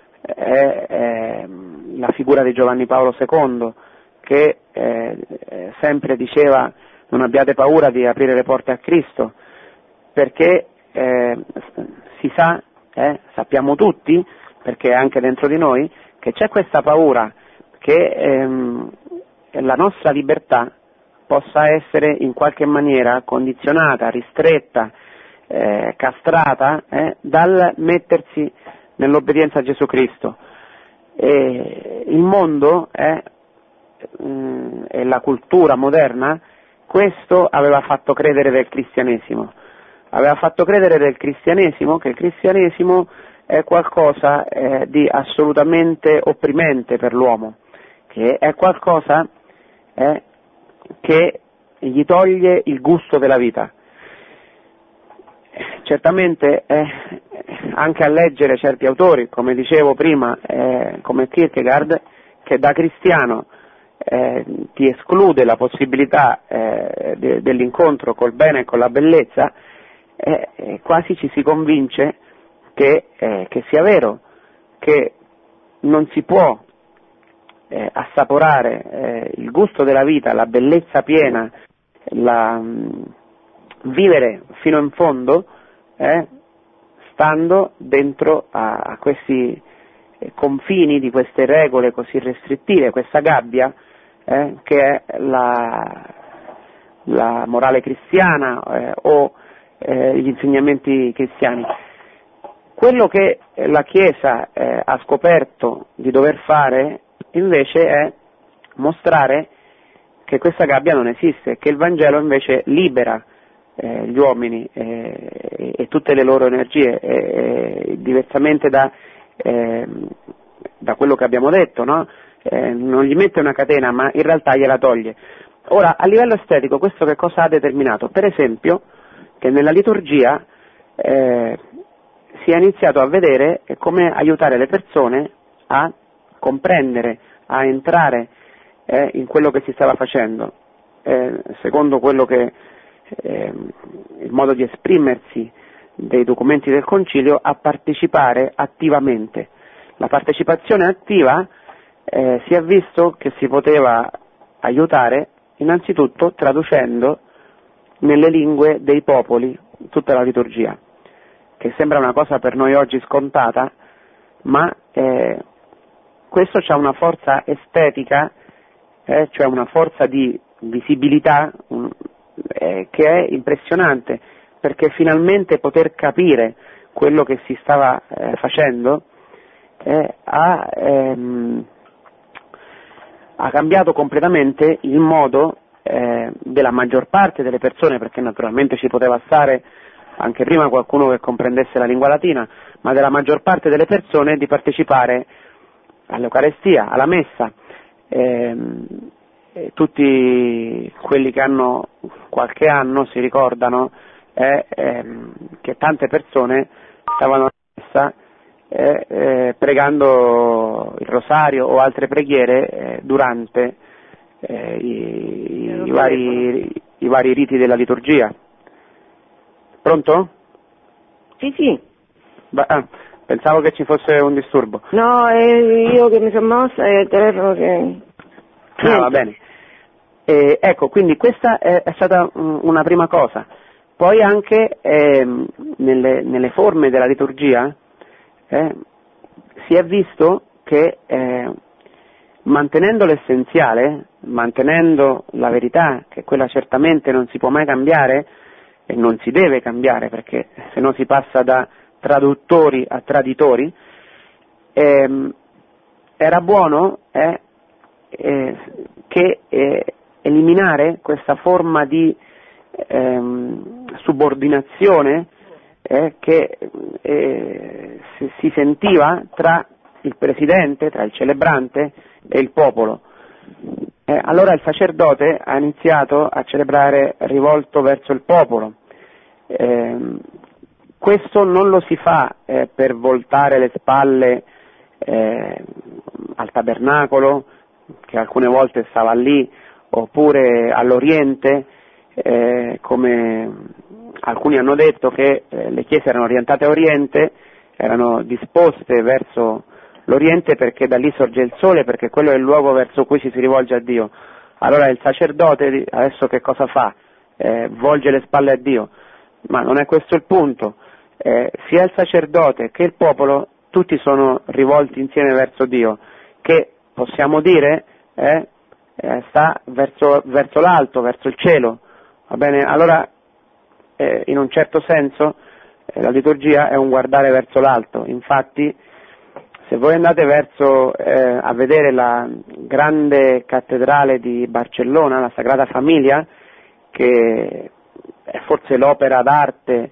è la figura di Giovanni Paolo II, che sempre diceva: non abbiate paura di aprire le porte a Cristo, perché si sa, sappiamo tutti, perché è anche dentro di noi, che c'è questa paura che la nostra libertà possa essere in qualche maniera condizionata, ristretta, castrata dal mettersi nell'obbedienza a Gesù Cristo. Il mondo e la cultura moderna questo aveva fatto credere del cristianesimo. Aveva fatto credere del cristianesimo che il cristianesimo è qualcosa di assolutamente opprimente per l'uomo, che è qualcosa che gli toglie il gusto della vita. Certamente anche a leggere certi autori, come dicevo prima, come Kierkegaard, che da cristiano ti esclude la possibilità dell'incontro col bene e con la bellezza, quasi ci si convince che sia vero, che non si può assaporare il gusto della vita, la bellezza piena, vivere fino in fondo, stando dentro a questi confini di queste regole così restrittive, questa gabbia che è la morale cristiana o gli insegnamenti cristiani. Quello che la Chiesa ha scoperto di dover fare invece è mostrare che questa gabbia non esiste, che il Vangelo invece libera gli uomini e tutte le loro energie, diversamente da quello che abbiamo detto, no? Non gli mette una catena, ma in realtà gliela toglie. Ora, a livello estetico, questo che cosa ha determinato? Per esempio, che nella liturgia si è iniziato a vedere come aiutare le persone a comprendere, a entrare in quello che si stava facendo, secondo quello che il modo di esprimersi dei documenti del Concilio, a partecipare attivamente. La partecipazione attiva si è visto che si poteva aiutare innanzitutto traducendo nelle lingue dei popoli tutta la liturgia, che sembra una cosa per noi oggi scontata, ma questo ha una forza estetica, cioè una forza di visibilità che è impressionante, perché finalmente poter capire quello che si stava facendo ha cambiato completamente il modo della maggior parte delle persone, perché naturalmente ci poteva stare anche prima qualcuno che comprendesse la lingua latina, ma della maggior parte delle persone di partecipare all'Eucarestia, alla Messa. Tutti quelli che hanno qualche anno si ricordano che tante persone stavano a Messa pregando il rosario o altre preghiere durante i vari riti della liturgia. Pronto? Sì. Pensavo che ci fosse un disturbo. No, è io che mi sono mossa e il telefono che... Va bene. Ecco, quindi questa è stata una prima cosa. Poi anche nelle forme della liturgia si è visto che mantenendo l'essenziale, mantenendo la verità, che quella certamente non si può mai cambiare e non si deve cambiare, perché se no si passa da traduttori a traditori, era buono che eliminare questa forma di subordinazione che si sentiva tra il presidente, tra il celebrante e il popolo. Allora il sacerdote ha iniziato a celebrare rivolto verso il popolo. Questo non lo si fa per voltare le spalle al tabernacolo, che alcune volte stava lì, oppure all'Oriente, come alcuni hanno detto che le chiese erano orientate a Oriente, erano disposte verso l'Oriente perché da lì sorge il sole, perché quello è il luogo verso cui ci si rivolge a Dio. Allora il sacerdote adesso che cosa fa? Volge le spalle a Dio, ma non è questo il punto. Sia il sacerdote che il popolo, tutti sono rivolti insieme verso Dio, che possiamo dire sta verso l'alto, verso il cielo, va bene? Allora in un certo senso la liturgia è un guardare verso l'alto. Infatti se voi andate a vedere la grande cattedrale di Barcellona, la Sagrada Famiglia, che è forse l'opera d'arte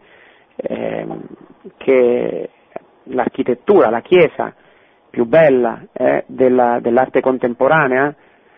che l'architettura, la chiesa più bella dell'arte contemporanea,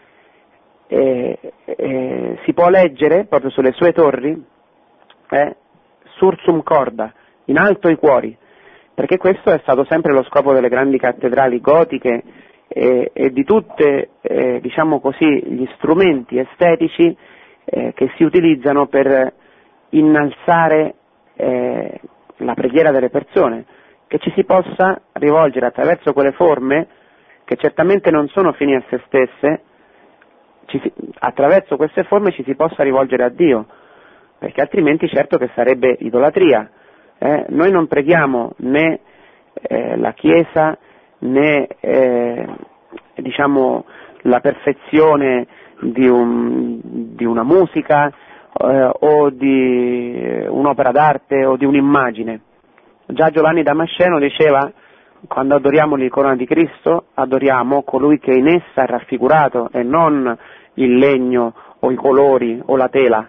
si può leggere proprio sulle sue torri Sursum corda, in alto i cuori, perché questo è stato sempre lo scopo delle grandi cattedrali gotiche e di tutte, diciamo così, gli strumenti estetici che si utilizzano per innalzare la preghiera delle persone, che ci si possa rivolgere attraverso quelle forme che certamente non sono fini a se stesse, attraverso queste forme ci si possa rivolgere a Dio, perché altrimenti certo che sarebbe idolatria. Noi non preghiamo né la Chiesa né diciamo la perfezione di una musica o di un'opera d'arte o di un'immagine. Già Giovanni Damasceno diceva: quando adoriamo l'icona di Cristo adoriamo colui che in essa è raffigurato e non il legno o i colori o la tela.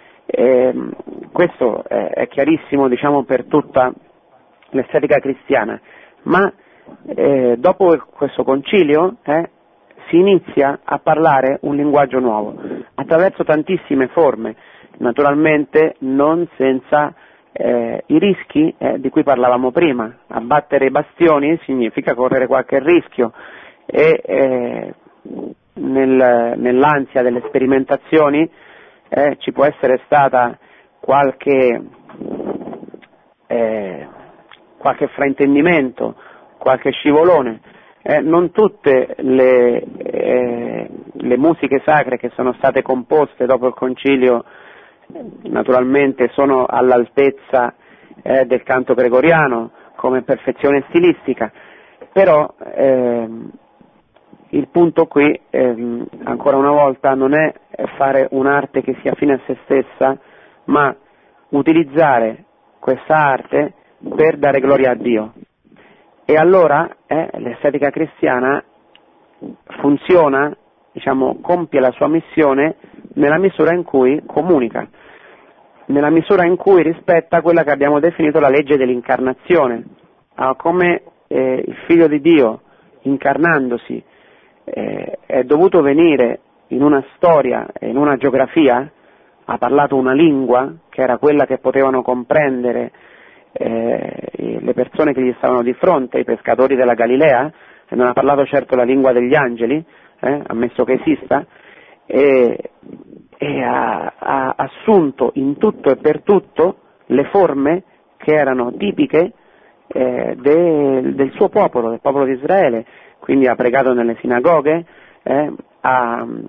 Questo è chiarissimo, diciamo, per tutta l'estetica cristiana, ma dopo questo concilio si inizia a parlare un linguaggio nuovo attraverso tantissime forme, naturalmente non senza i rischi di cui parlavamo prima. Abbattere i bastioni significa correre qualche rischio e nell'ansia delle sperimentazioni ci può essere stata qualche fraintendimento, qualche scivolone. Non tutte le musiche sacre che sono state composte dopo il concilio naturalmente sono all'altezza del canto gregoriano come perfezione stilistica, però il punto qui ancora una volta non è fare un'arte che sia fine a se stessa, ma utilizzare questa arte per dare gloria a Dio. E allora l'estetica cristiana funziona, diciamo, compie la sua missione nella misura in cui comunica, nella misura in cui rispetta quella che abbiamo definito la legge dell'incarnazione. Come il Figlio di Dio, incarnandosi, è dovuto venire in una storia e in una geografia, ha parlato una lingua che era quella che potevano comprendere le persone che gli stavano di fronte, i pescatori della Galilea, e non ha parlato certo la lingua degli angeli, ammesso che esista, e ha assunto in tutto e per tutto le forme che erano tipiche del suo popolo, del popolo di Israele. Quindi ha pregato nelle sinagoghe, ha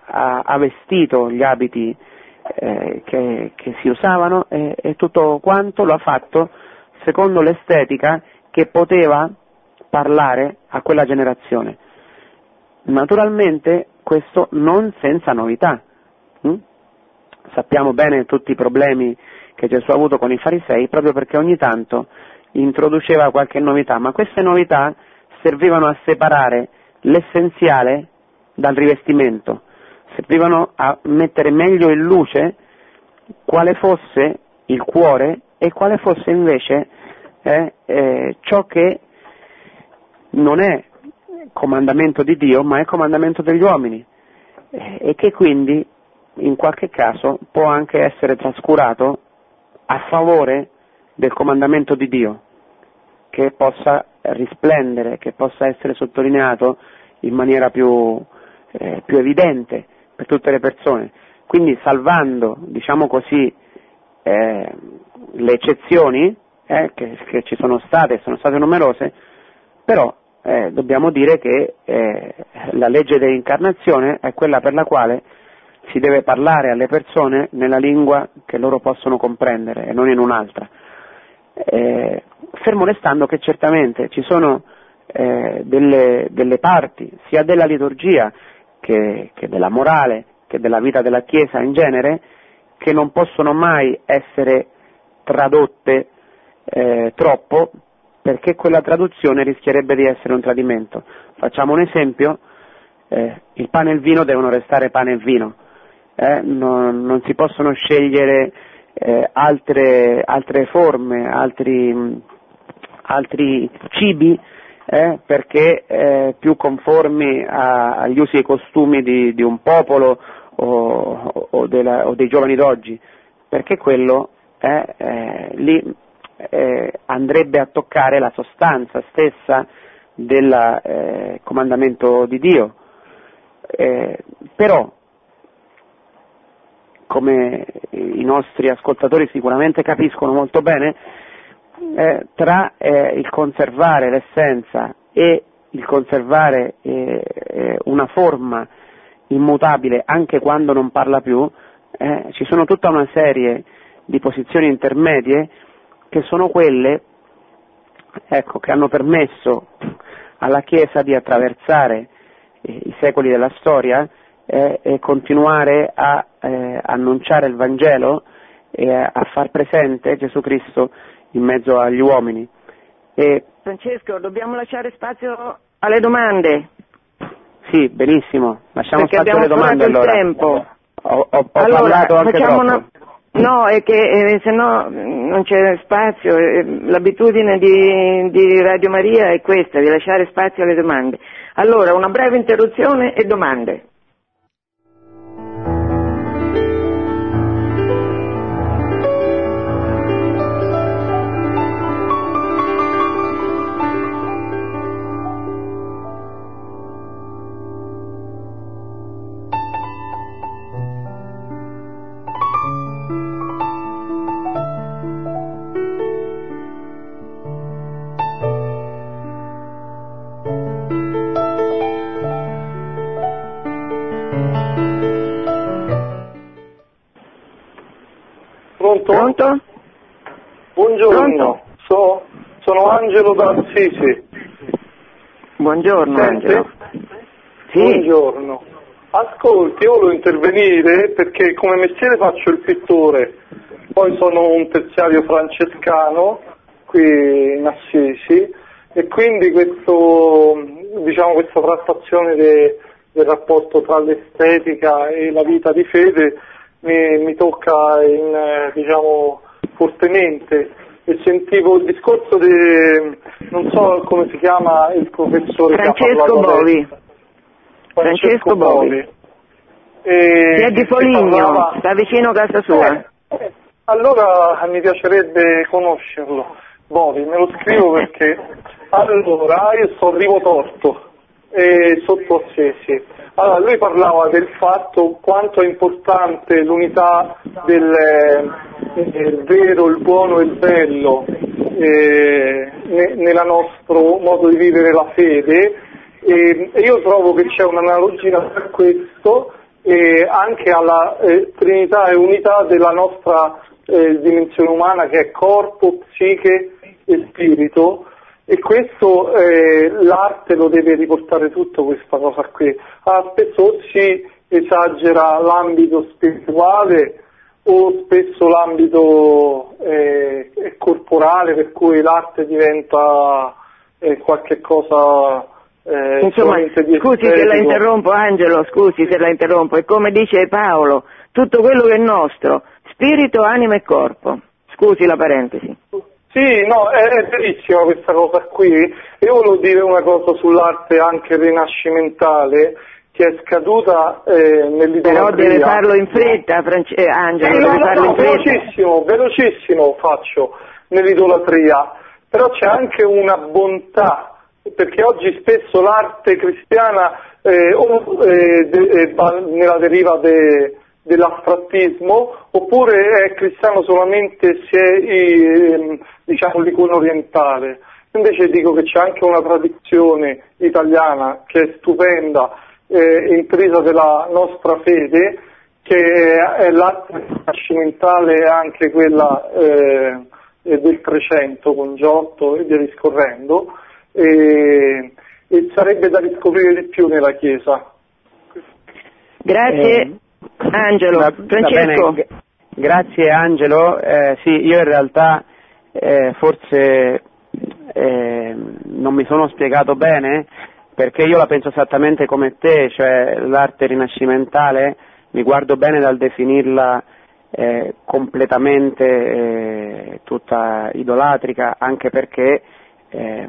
ha vestito gli abiti che si usavano e tutto quanto lo ha fatto secondo l'estetica che poteva parlare a quella generazione. Naturalmente questo non senza novità. Sappiamo bene tutti i problemi che Gesù ha avuto con i farisei proprio perché ogni tanto introduceva qualche novità, ma queste novità servivano a separare l'essenziale dal rivestimento, servivano a mettere meglio in luce quale fosse il cuore e quale fosse invece ciò che non è comandamento di Dio ma è comandamento degli uomini e che quindi in qualche caso può anche essere trascurato a favore del comandamento di Dio, che possa risplendere, che possa essere sottolineato in maniera più evidente per tutte le persone. Quindi salvando, diciamo così, le eccezioni che ci sono state numerose, però dobbiamo dire che la legge dell'incarnazione è quella per la quale si deve parlare alle persone nella lingua che loro possono comprendere e non in un'altra. Fermo restando che certamente ci sono delle parti, sia della liturgia che della morale, che della vita della Chiesa in genere, che non possono mai essere tradotte troppo, perché quella traduzione rischierebbe di essere un tradimento. Facciamo un esempio: il pane e il vino devono restare pane e vino, non si possono scegliere altre forme, altri cibi perché più conformi agli usi e costumi di un popolo o dei giovani d'oggi, perché quello lì andrebbe a toccare la sostanza stessa del comandamento di Dio. Però, come i nostri ascoltatori sicuramente capiscono molto bene, tra il conservare l'essenza e il conservare una forma immutabile anche quando non parla più, ci sono tutta una serie di posizioni intermedie che sono quelle, che hanno permesso alla Chiesa di attraversare i secoli della storia e continuare a annunciare il Vangelo e a far presente Gesù Cristo in mezzo agli uomini. Francesco, dobbiamo lasciare spazio alle domande. Sì, benissimo, lasciamo perché spazio alle domande allora. Tempo. Ho allora, parlato anche troppo. No, è che se no non c'è spazio. L'abitudine di Radio Maria è questa, di lasciare spazio alle domande. Allora, una breve interruzione e domande. Pronto? Buongiorno, sono Angelo da Assisi. Buongiorno. Sente? Angelo. Sì. Buongiorno. Ascolti, io volevo intervenire perché come mestiere faccio il pittore, poi sono un terziario francescano qui in Assisi e quindi questa trattazione del rapporto tra l'estetica e la vita di fede mi tocca fortemente, e sentivo il discorso non so come si chiama il professore Francesco Bovi. Francesco Bovi. Che è di Foligno, sta vicino a casa sua. Allora mi piacerebbe conoscerlo. Bovi, me lo scrivo perché allora io sto a Rivo Torto sotto Assisi. Allora, lui parlava del fatto quanto è importante l'unità del vero, il buono e il bello nel nostro modo di vivere la fede, e io trovo che c'è un'analogia per questo e anche alla trinità e unità della nostra dimensione umana, che è corpo, psiche e spirito, e questo l'arte lo deve riportare tutto, questa cosa qui. Spesso si esagera l'ambito spirituale o spesso l'ambito corporale, per cui l'arte diventa qualche cosa insomma, scusi se la interrompo, Angelo, scusi se la interrompo, è come dice Paolo, tutto quello che è nostro, spirito, anima e corpo. Scusi la parentesi. Sì, no, è verissima questa cosa qui. Io volevo dire una cosa sull'arte anche rinascimentale, che è scaduta nell'idolatria. Però deve farlo in fretta, Angelo, deve farlo in fretta. Velocissimo faccio nell'idolatria, però c'è anche una bontà, perché oggi spesso l'arte cristiana nella deriva dell'astrattismo, oppure è cristiano solamente se è diciamo l'icono orientale. Invece dico che c'è anche una tradizione italiana che è stupenda, intrisa della nostra fede, che è l'arte rinascimentale e anche quella del Trecento con Giotto e via discorrendo, e sarebbe da riscoprire di più nella Chiesa. Grazie Angelo. Francesco. Grazie Angelo, sì, io in realtà forse non mi sono spiegato bene, perché io la penso esattamente come te, cioè l'arte rinascimentale mi guardo bene dal definirla completamente tutta idolatrica, anche perché è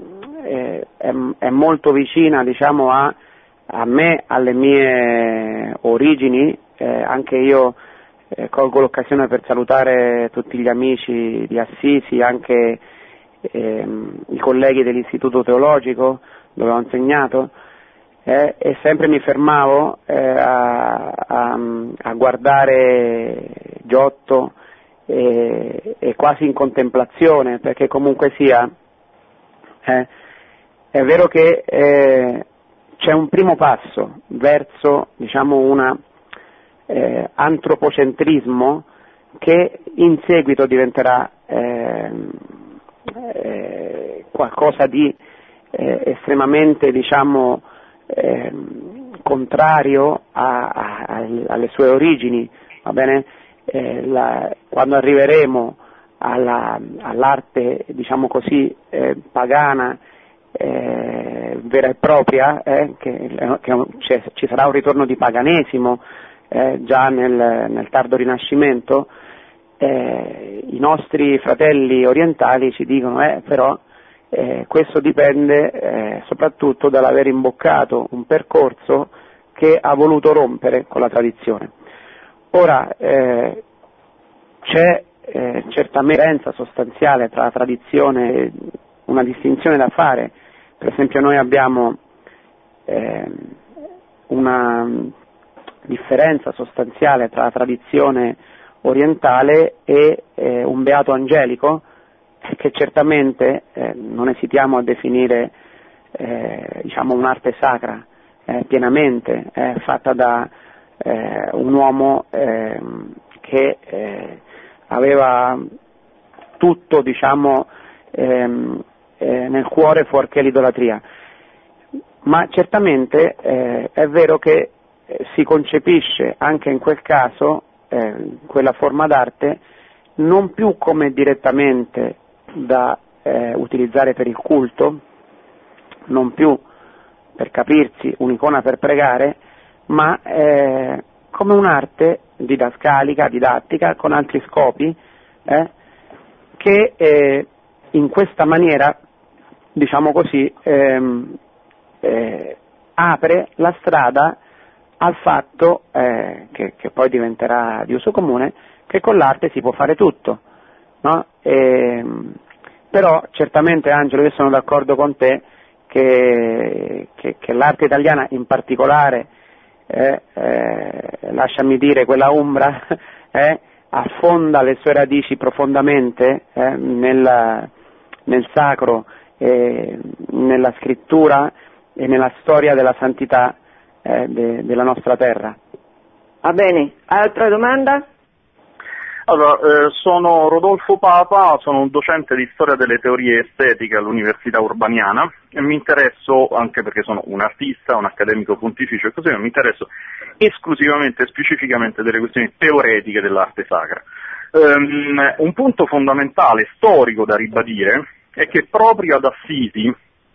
molto vicina, diciamo, a me, alle mie origini. Anche io colgo l'occasione per salutare tutti gli amici di Assisi, anche i colleghi dell'Istituto Teologico dove ho insegnato, e sempre mi fermavo a guardare Giotto e quasi in contemplazione, perché comunque sia è vero che c'è un primo passo verso, diciamo, un antropocentrismo che in seguito diventerà qualcosa di estremamente, diciamo, contrario alle sue origini, va bene? Quando arriveremo all'arte, diciamo così, pagana, vera e propria, che ci sarà un ritorno di paganesimo già nel tardo Rinascimento, i nostri fratelli orientali ci dicono però questo dipende soprattutto dall'aver imboccato un percorso che ha voluto rompere con la tradizione. Ora c'è certamente differenza sostanziale tra la tradizione, una distinzione da fare. Per esempio noi abbiamo una differenza sostanziale tra la tradizione orientale e un beato angelico, che certamente non esitiamo a definire diciamo un'arte sacra pienamente fatta da un uomo che aveva tutto, diciamo, nel cuore fuorché l'idolatria. Ma certamente è vero che si concepisce anche in quel caso quella forma d'arte non più come direttamente da utilizzare per il culto, non più, per capirsi, un'icona per pregare, ma come un'arte didascalica, didattica, con altri scopi, che in questa maniera, diciamo così, apre la strada al fatto, che poi diventerà di uso comune, che con l'arte si può fare tutto, no? Però certamente, Angelo, io sono d'accordo con te che l'arte italiana in particolare, lasciami dire quella umbra, affonda le sue radici profondamente nel sacro, nella scrittura e nella storia della santità della nostra terra. Va bene, altra domanda? Allora, sono Rodolfo Papa, sono un docente di storia delle teorie estetiche all'Università Urbaniana e mi interesso, anche perché sono un artista, un accademico pontificio e così via, mi interesso esclusivamente e specificamente delle questioni teoretiche dell'arte sacra. Un punto fondamentale, storico da ribadire, è che proprio ad Assisi,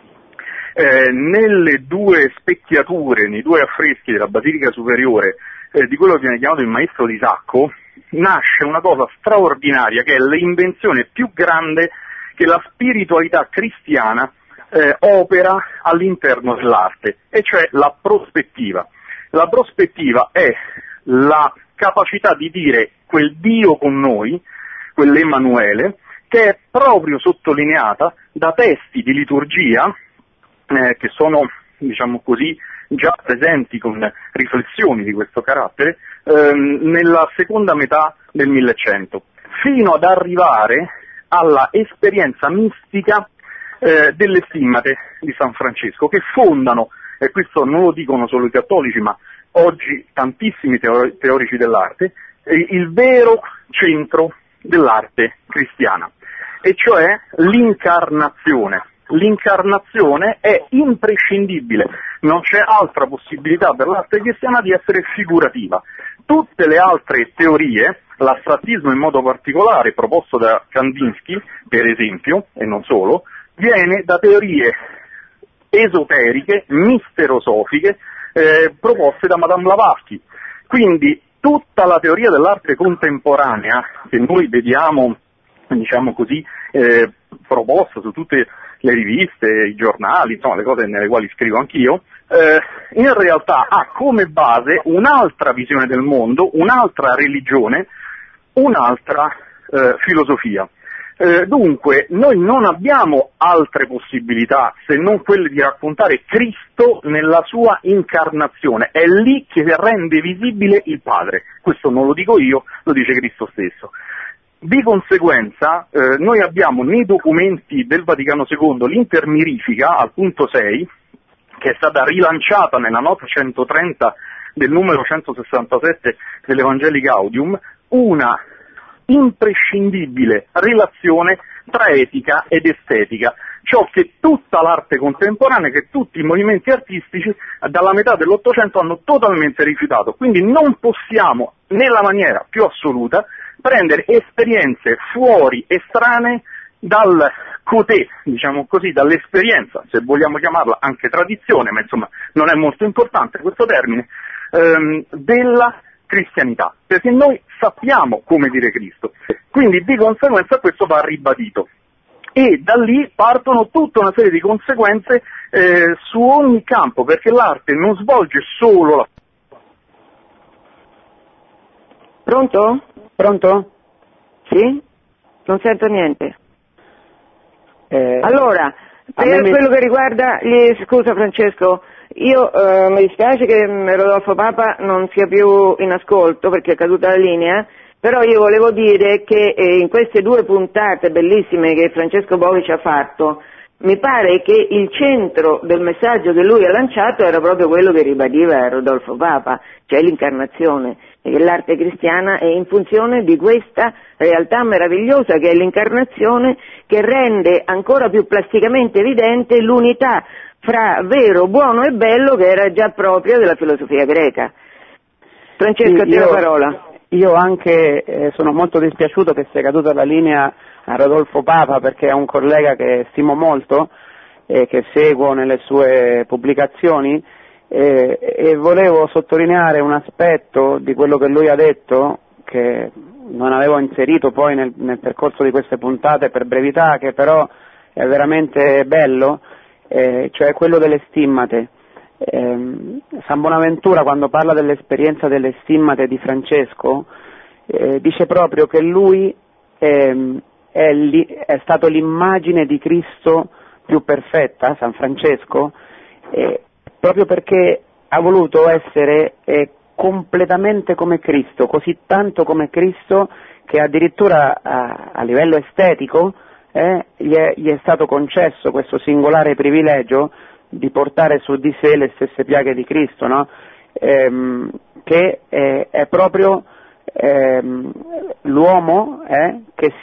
nelle due specchiature, nei due affreschi della Basilica Superiore, di quello che viene chiamato il Maestro di Sacco, nasce una cosa straordinaria che è l'invenzione più grande che la spiritualità cristiana opera all'interno dell'arte, e cioè la prospettiva. La prospettiva è la capacità di dire quel Dio con noi, quell'Emanuele, che è proprio sottolineata da testi di liturgia che sono, diciamo così, già presenti con riflessioni di questo carattere nella seconda metà del 1100, fino ad arrivare alla esperienza mistica delle stimmate di San Francesco, che fondano, e questo non lo dicono solo i cattolici, ma oggi tantissimi teorici dell'arte, il vero centro dell'arte cristiana, e cioè l'incarnazione. L'incarnazione è imprescindibile, non c'è altra possibilità per l'arte cristiana di essere figurativa. Tutte le altre teorie, l'astrattismo in modo particolare, proposto da Kandinsky, per esempio, e non solo, viene da teorie esoteriche, misterosofiche, proposte da Madame Blavatsky. Quindi tutta la teoria dell'arte contemporanea, che noi vediamo, diciamo così, proposta su tutte le riviste, i giornali, insomma le cose nelle quali scrivo anch'io, in realtà ha come base un'altra visione del mondo, un'altra religione, un'altra filosofia. Dunque noi non abbiamo altre possibilità se non quelle di raccontare Cristo nella sua incarnazione, è lì che rende visibile il Padre. Questo non lo dico io, lo dice Cristo stesso. Di conseguenza noi abbiamo nei documenti del Vaticano II l'intermirifica al punto 6, che è stata rilanciata nella nota 130 del numero 167 dell'Evangelii Gaudium, una imprescindibile relazione tra etica ed estetica, ciò che tutta l'arte contemporanea, che tutti i movimenti artistici dalla metà dell'Ottocento hanno totalmente rifiutato. Quindi non possiamo, nella maniera più assoluta, prendere esperienze fuori, estranee dal cotè, diciamo così, dall'esperienza, se vogliamo chiamarla anche tradizione, ma insomma non è molto importante questo termine, della cristianità, perché noi sappiamo come dire Cristo, quindi di conseguenza questo va ribadito. E da lì partono tutta una serie di conseguenze su ogni campo, perché l'arte non svolge solo la... Pronto? Pronto? Sì? Non sento niente. Allora, per quello che riguarda scusa Francesco, io mi dispiace che Rodolfo Papa non sia più in ascolto perché è caduta la linea, però io volevo dire che in queste due puntate bellissime che Francesco Bovi ci ha fatto, mi pare che il centro del messaggio che lui ha lanciato era proprio quello che ribadiva Rodolfo Papa, cioè l'incarnazione, e che l'arte cristiana è in funzione di questa realtà meravigliosa che è l'incarnazione, che rende ancora più plasticamente evidente l'unità fra vero, buono e bello che era già propria della filosofia greca. Francesco, a te la parola. Io anche sono molto dispiaciuto che sia caduta la linea a Rodolfo Papa, perché è un collega che stimo molto e che seguo nelle sue pubblicazioni, e volevo sottolineare un aspetto di quello che lui ha detto, che non avevo inserito poi nel percorso di queste puntate per brevità, che però è veramente bello, cioè quello delle stimmate. San Bonaventura, quando parla dell'esperienza delle stimmate di Francesco, dice proprio che lui è stato l'immagine di Cristo più perfetta, San Francesco, proprio perché ha voluto essere completamente come Cristo, così tanto come Cristo che addirittura a livello estetico gli è stato concesso questo singolare privilegio di portare su di sé le stesse piaghe di Cristo, no? che è proprio l'uomo che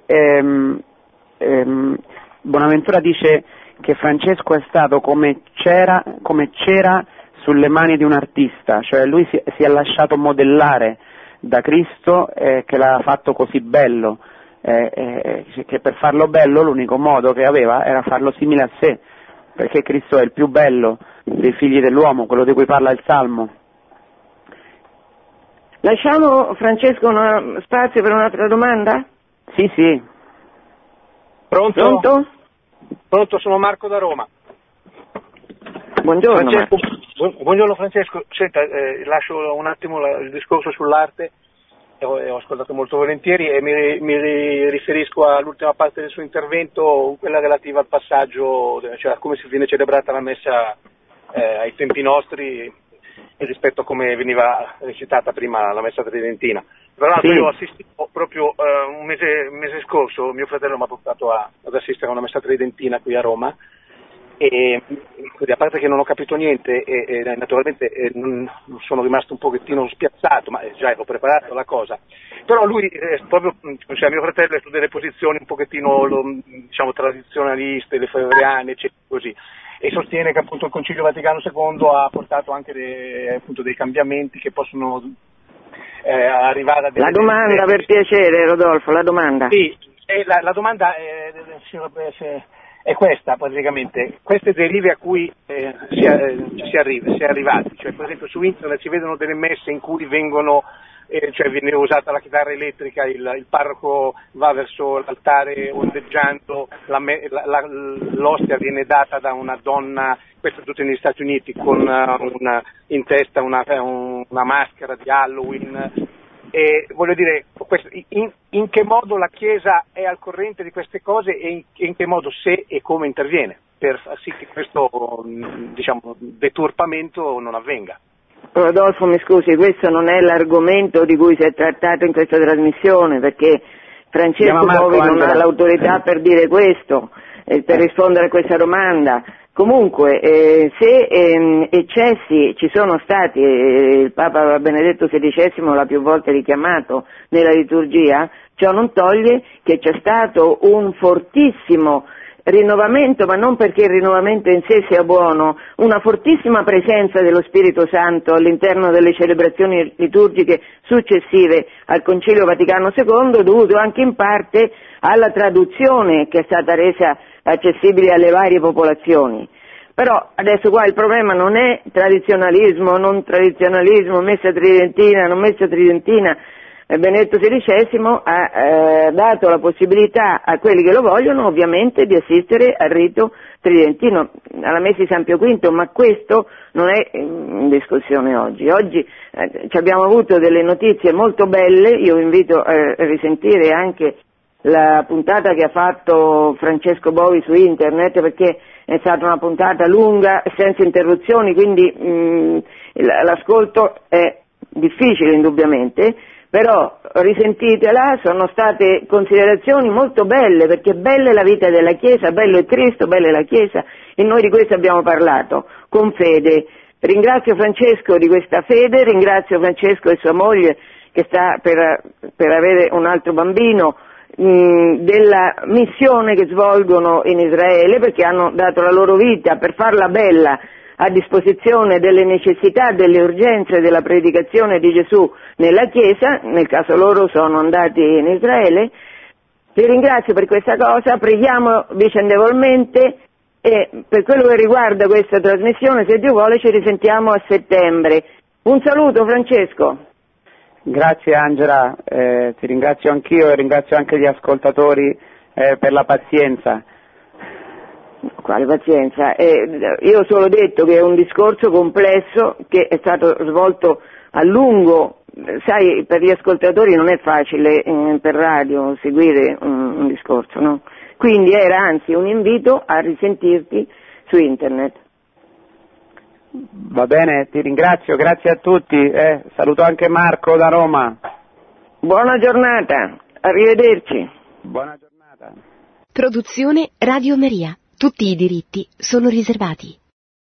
Bonaventura dice che Francesco è stato come cera sulle mani di un artista, cioè lui si è lasciato modellare da Cristo, che l'ha fatto così bello, che per farlo bello l'unico modo che aveva era farlo simile a sé, perché Cristo è il più bello dei figli dell'uomo, quello di cui parla il Salmo. Lasciamo, Francesco, spazio per un'altra domanda? Sì. Pronto? Pronto, sono Marco da Roma. Buongiorno Francesco, Marco. Buongiorno Francesco, senta, lascio un attimo il discorso sull'arte, ho ascoltato molto volentieri e mi riferisco all'ultima parte del suo intervento, quella relativa al passaggio, cioè a come si viene celebrata la messa ai tempi nostri rispetto a come veniva recitata prima la messa tridentina. Tra l'altro io ho assistito proprio un mese scorso, mio fratello mi ha portato ad assistere a una messa tridentina qui a Roma, e a parte che non ho capito niente e naturalmente non sono rimasto un pochettino spiazzato, ma già ero preparato alla cosa, però lui proprio, cioè mio fratello è su delle posizioni un pochettino diciamo tradizionaliste, lefebvriane, eccetera, così, e sostiene che appunto il Concilio Vaticano II ha portato anche dei cambiamenti che possono arrivare a La domanda per piacere, Rodolfo, la domanda. Sì, la domanda è questa praticamente, queste derive a cui si è arrivati, cioè per esempio su internet si vedono delle messe in cui cioè viene usata la chitarra elettrica, il parroco va verso l'altare ondeggiando, l'ostia viene data da una donna, questo è tutto negli Stati Uniti, con in testa una maschera di Halloween. E voglio dire, in che modo la Chiesa è al corrente di queste cose e in che modo, se e come interviene per far sì che questo diciamo deturpamento non avvenga. Rodolfo, mi scusi, questo non è l'argomento di cui si è trattato in questa trasmissione, perché Francesco Bovi non ha l'autorità per dire questo, per rispondere a questa domanda. Comunque, se eccessi ci sono stati, il Papa Benedetto XVI l'ha più volte richiamato nella liturgia, ciò non toglie che c'è stato un fortissimo rinnovamento, ma non perché il rinnovamento in sé sia buono, una fortissima presenza dello Spirito Santo all'interno delle celebrazioni liturgiche successive al Concilio Vaticano II, dovuto anche in parte alla traduzione che è stata resa accessibile alle varie popolazioni. Però adesso qua il problema non è tradizionalismo, non tradizionalismo, messa tridentina, non messa tridentina. Benedetto XVI ha dato la possibilità a quelli che lo vogliono ovviamente di assistere al rito tridentino, alla messa di San Pio V, ma questo non è in discussione oggi. Oggi abbiamo avuto delle notizie molto belle, io vi invito a risentire anche la puntata che ha fatto Francesco Bovi su internet, perché è stata una puntata lunga, senza interruzioni, quindi l'ascolto è difficile indubbiamente, però risentitela, sono state considerazioni molto belle, perché bella è la vita della Chiesa, bello è Cristo, bella è la Chiesa, e noi di questo abbiamo parlato, con fede. Ringrazio Francesco di questa fede, ringrazio Francesco e sua moglie che sta per avere un altro bambino, della missione che svolgono in Israele, perché hanno dato la loro vita per farla bella a disposizione delle necessità, delle urgenze della predicazione di Gesù nella Chiesa, nel caso loro sono andati in Israele. Vi ringrazio per questa cosa, preghiamo vicendevolmente e per quello che riguarda questa trasmissione, se Dio vuole, ci risentiamo a settembre. Un saluto Francesco. Grazie Angela, ti ringrazio anch'io e ringrazio anche gli ascoltatori per la pazienza. Quale pazienza? Io ho solo detto che è un discorso complesso che è stato svolto a lungo, sai, per gli ascoltatori non è facile per radio seguire un discorso, no? Quindi era anzi un invito a risentirti su internet. Va bene, ti ringrazio, grazie a tutti, saluto anche Marco da Roma. Buona giornata, arrivederci. Buona giornata. Produzione Radio Maria. Tutti i diritti sono riservati.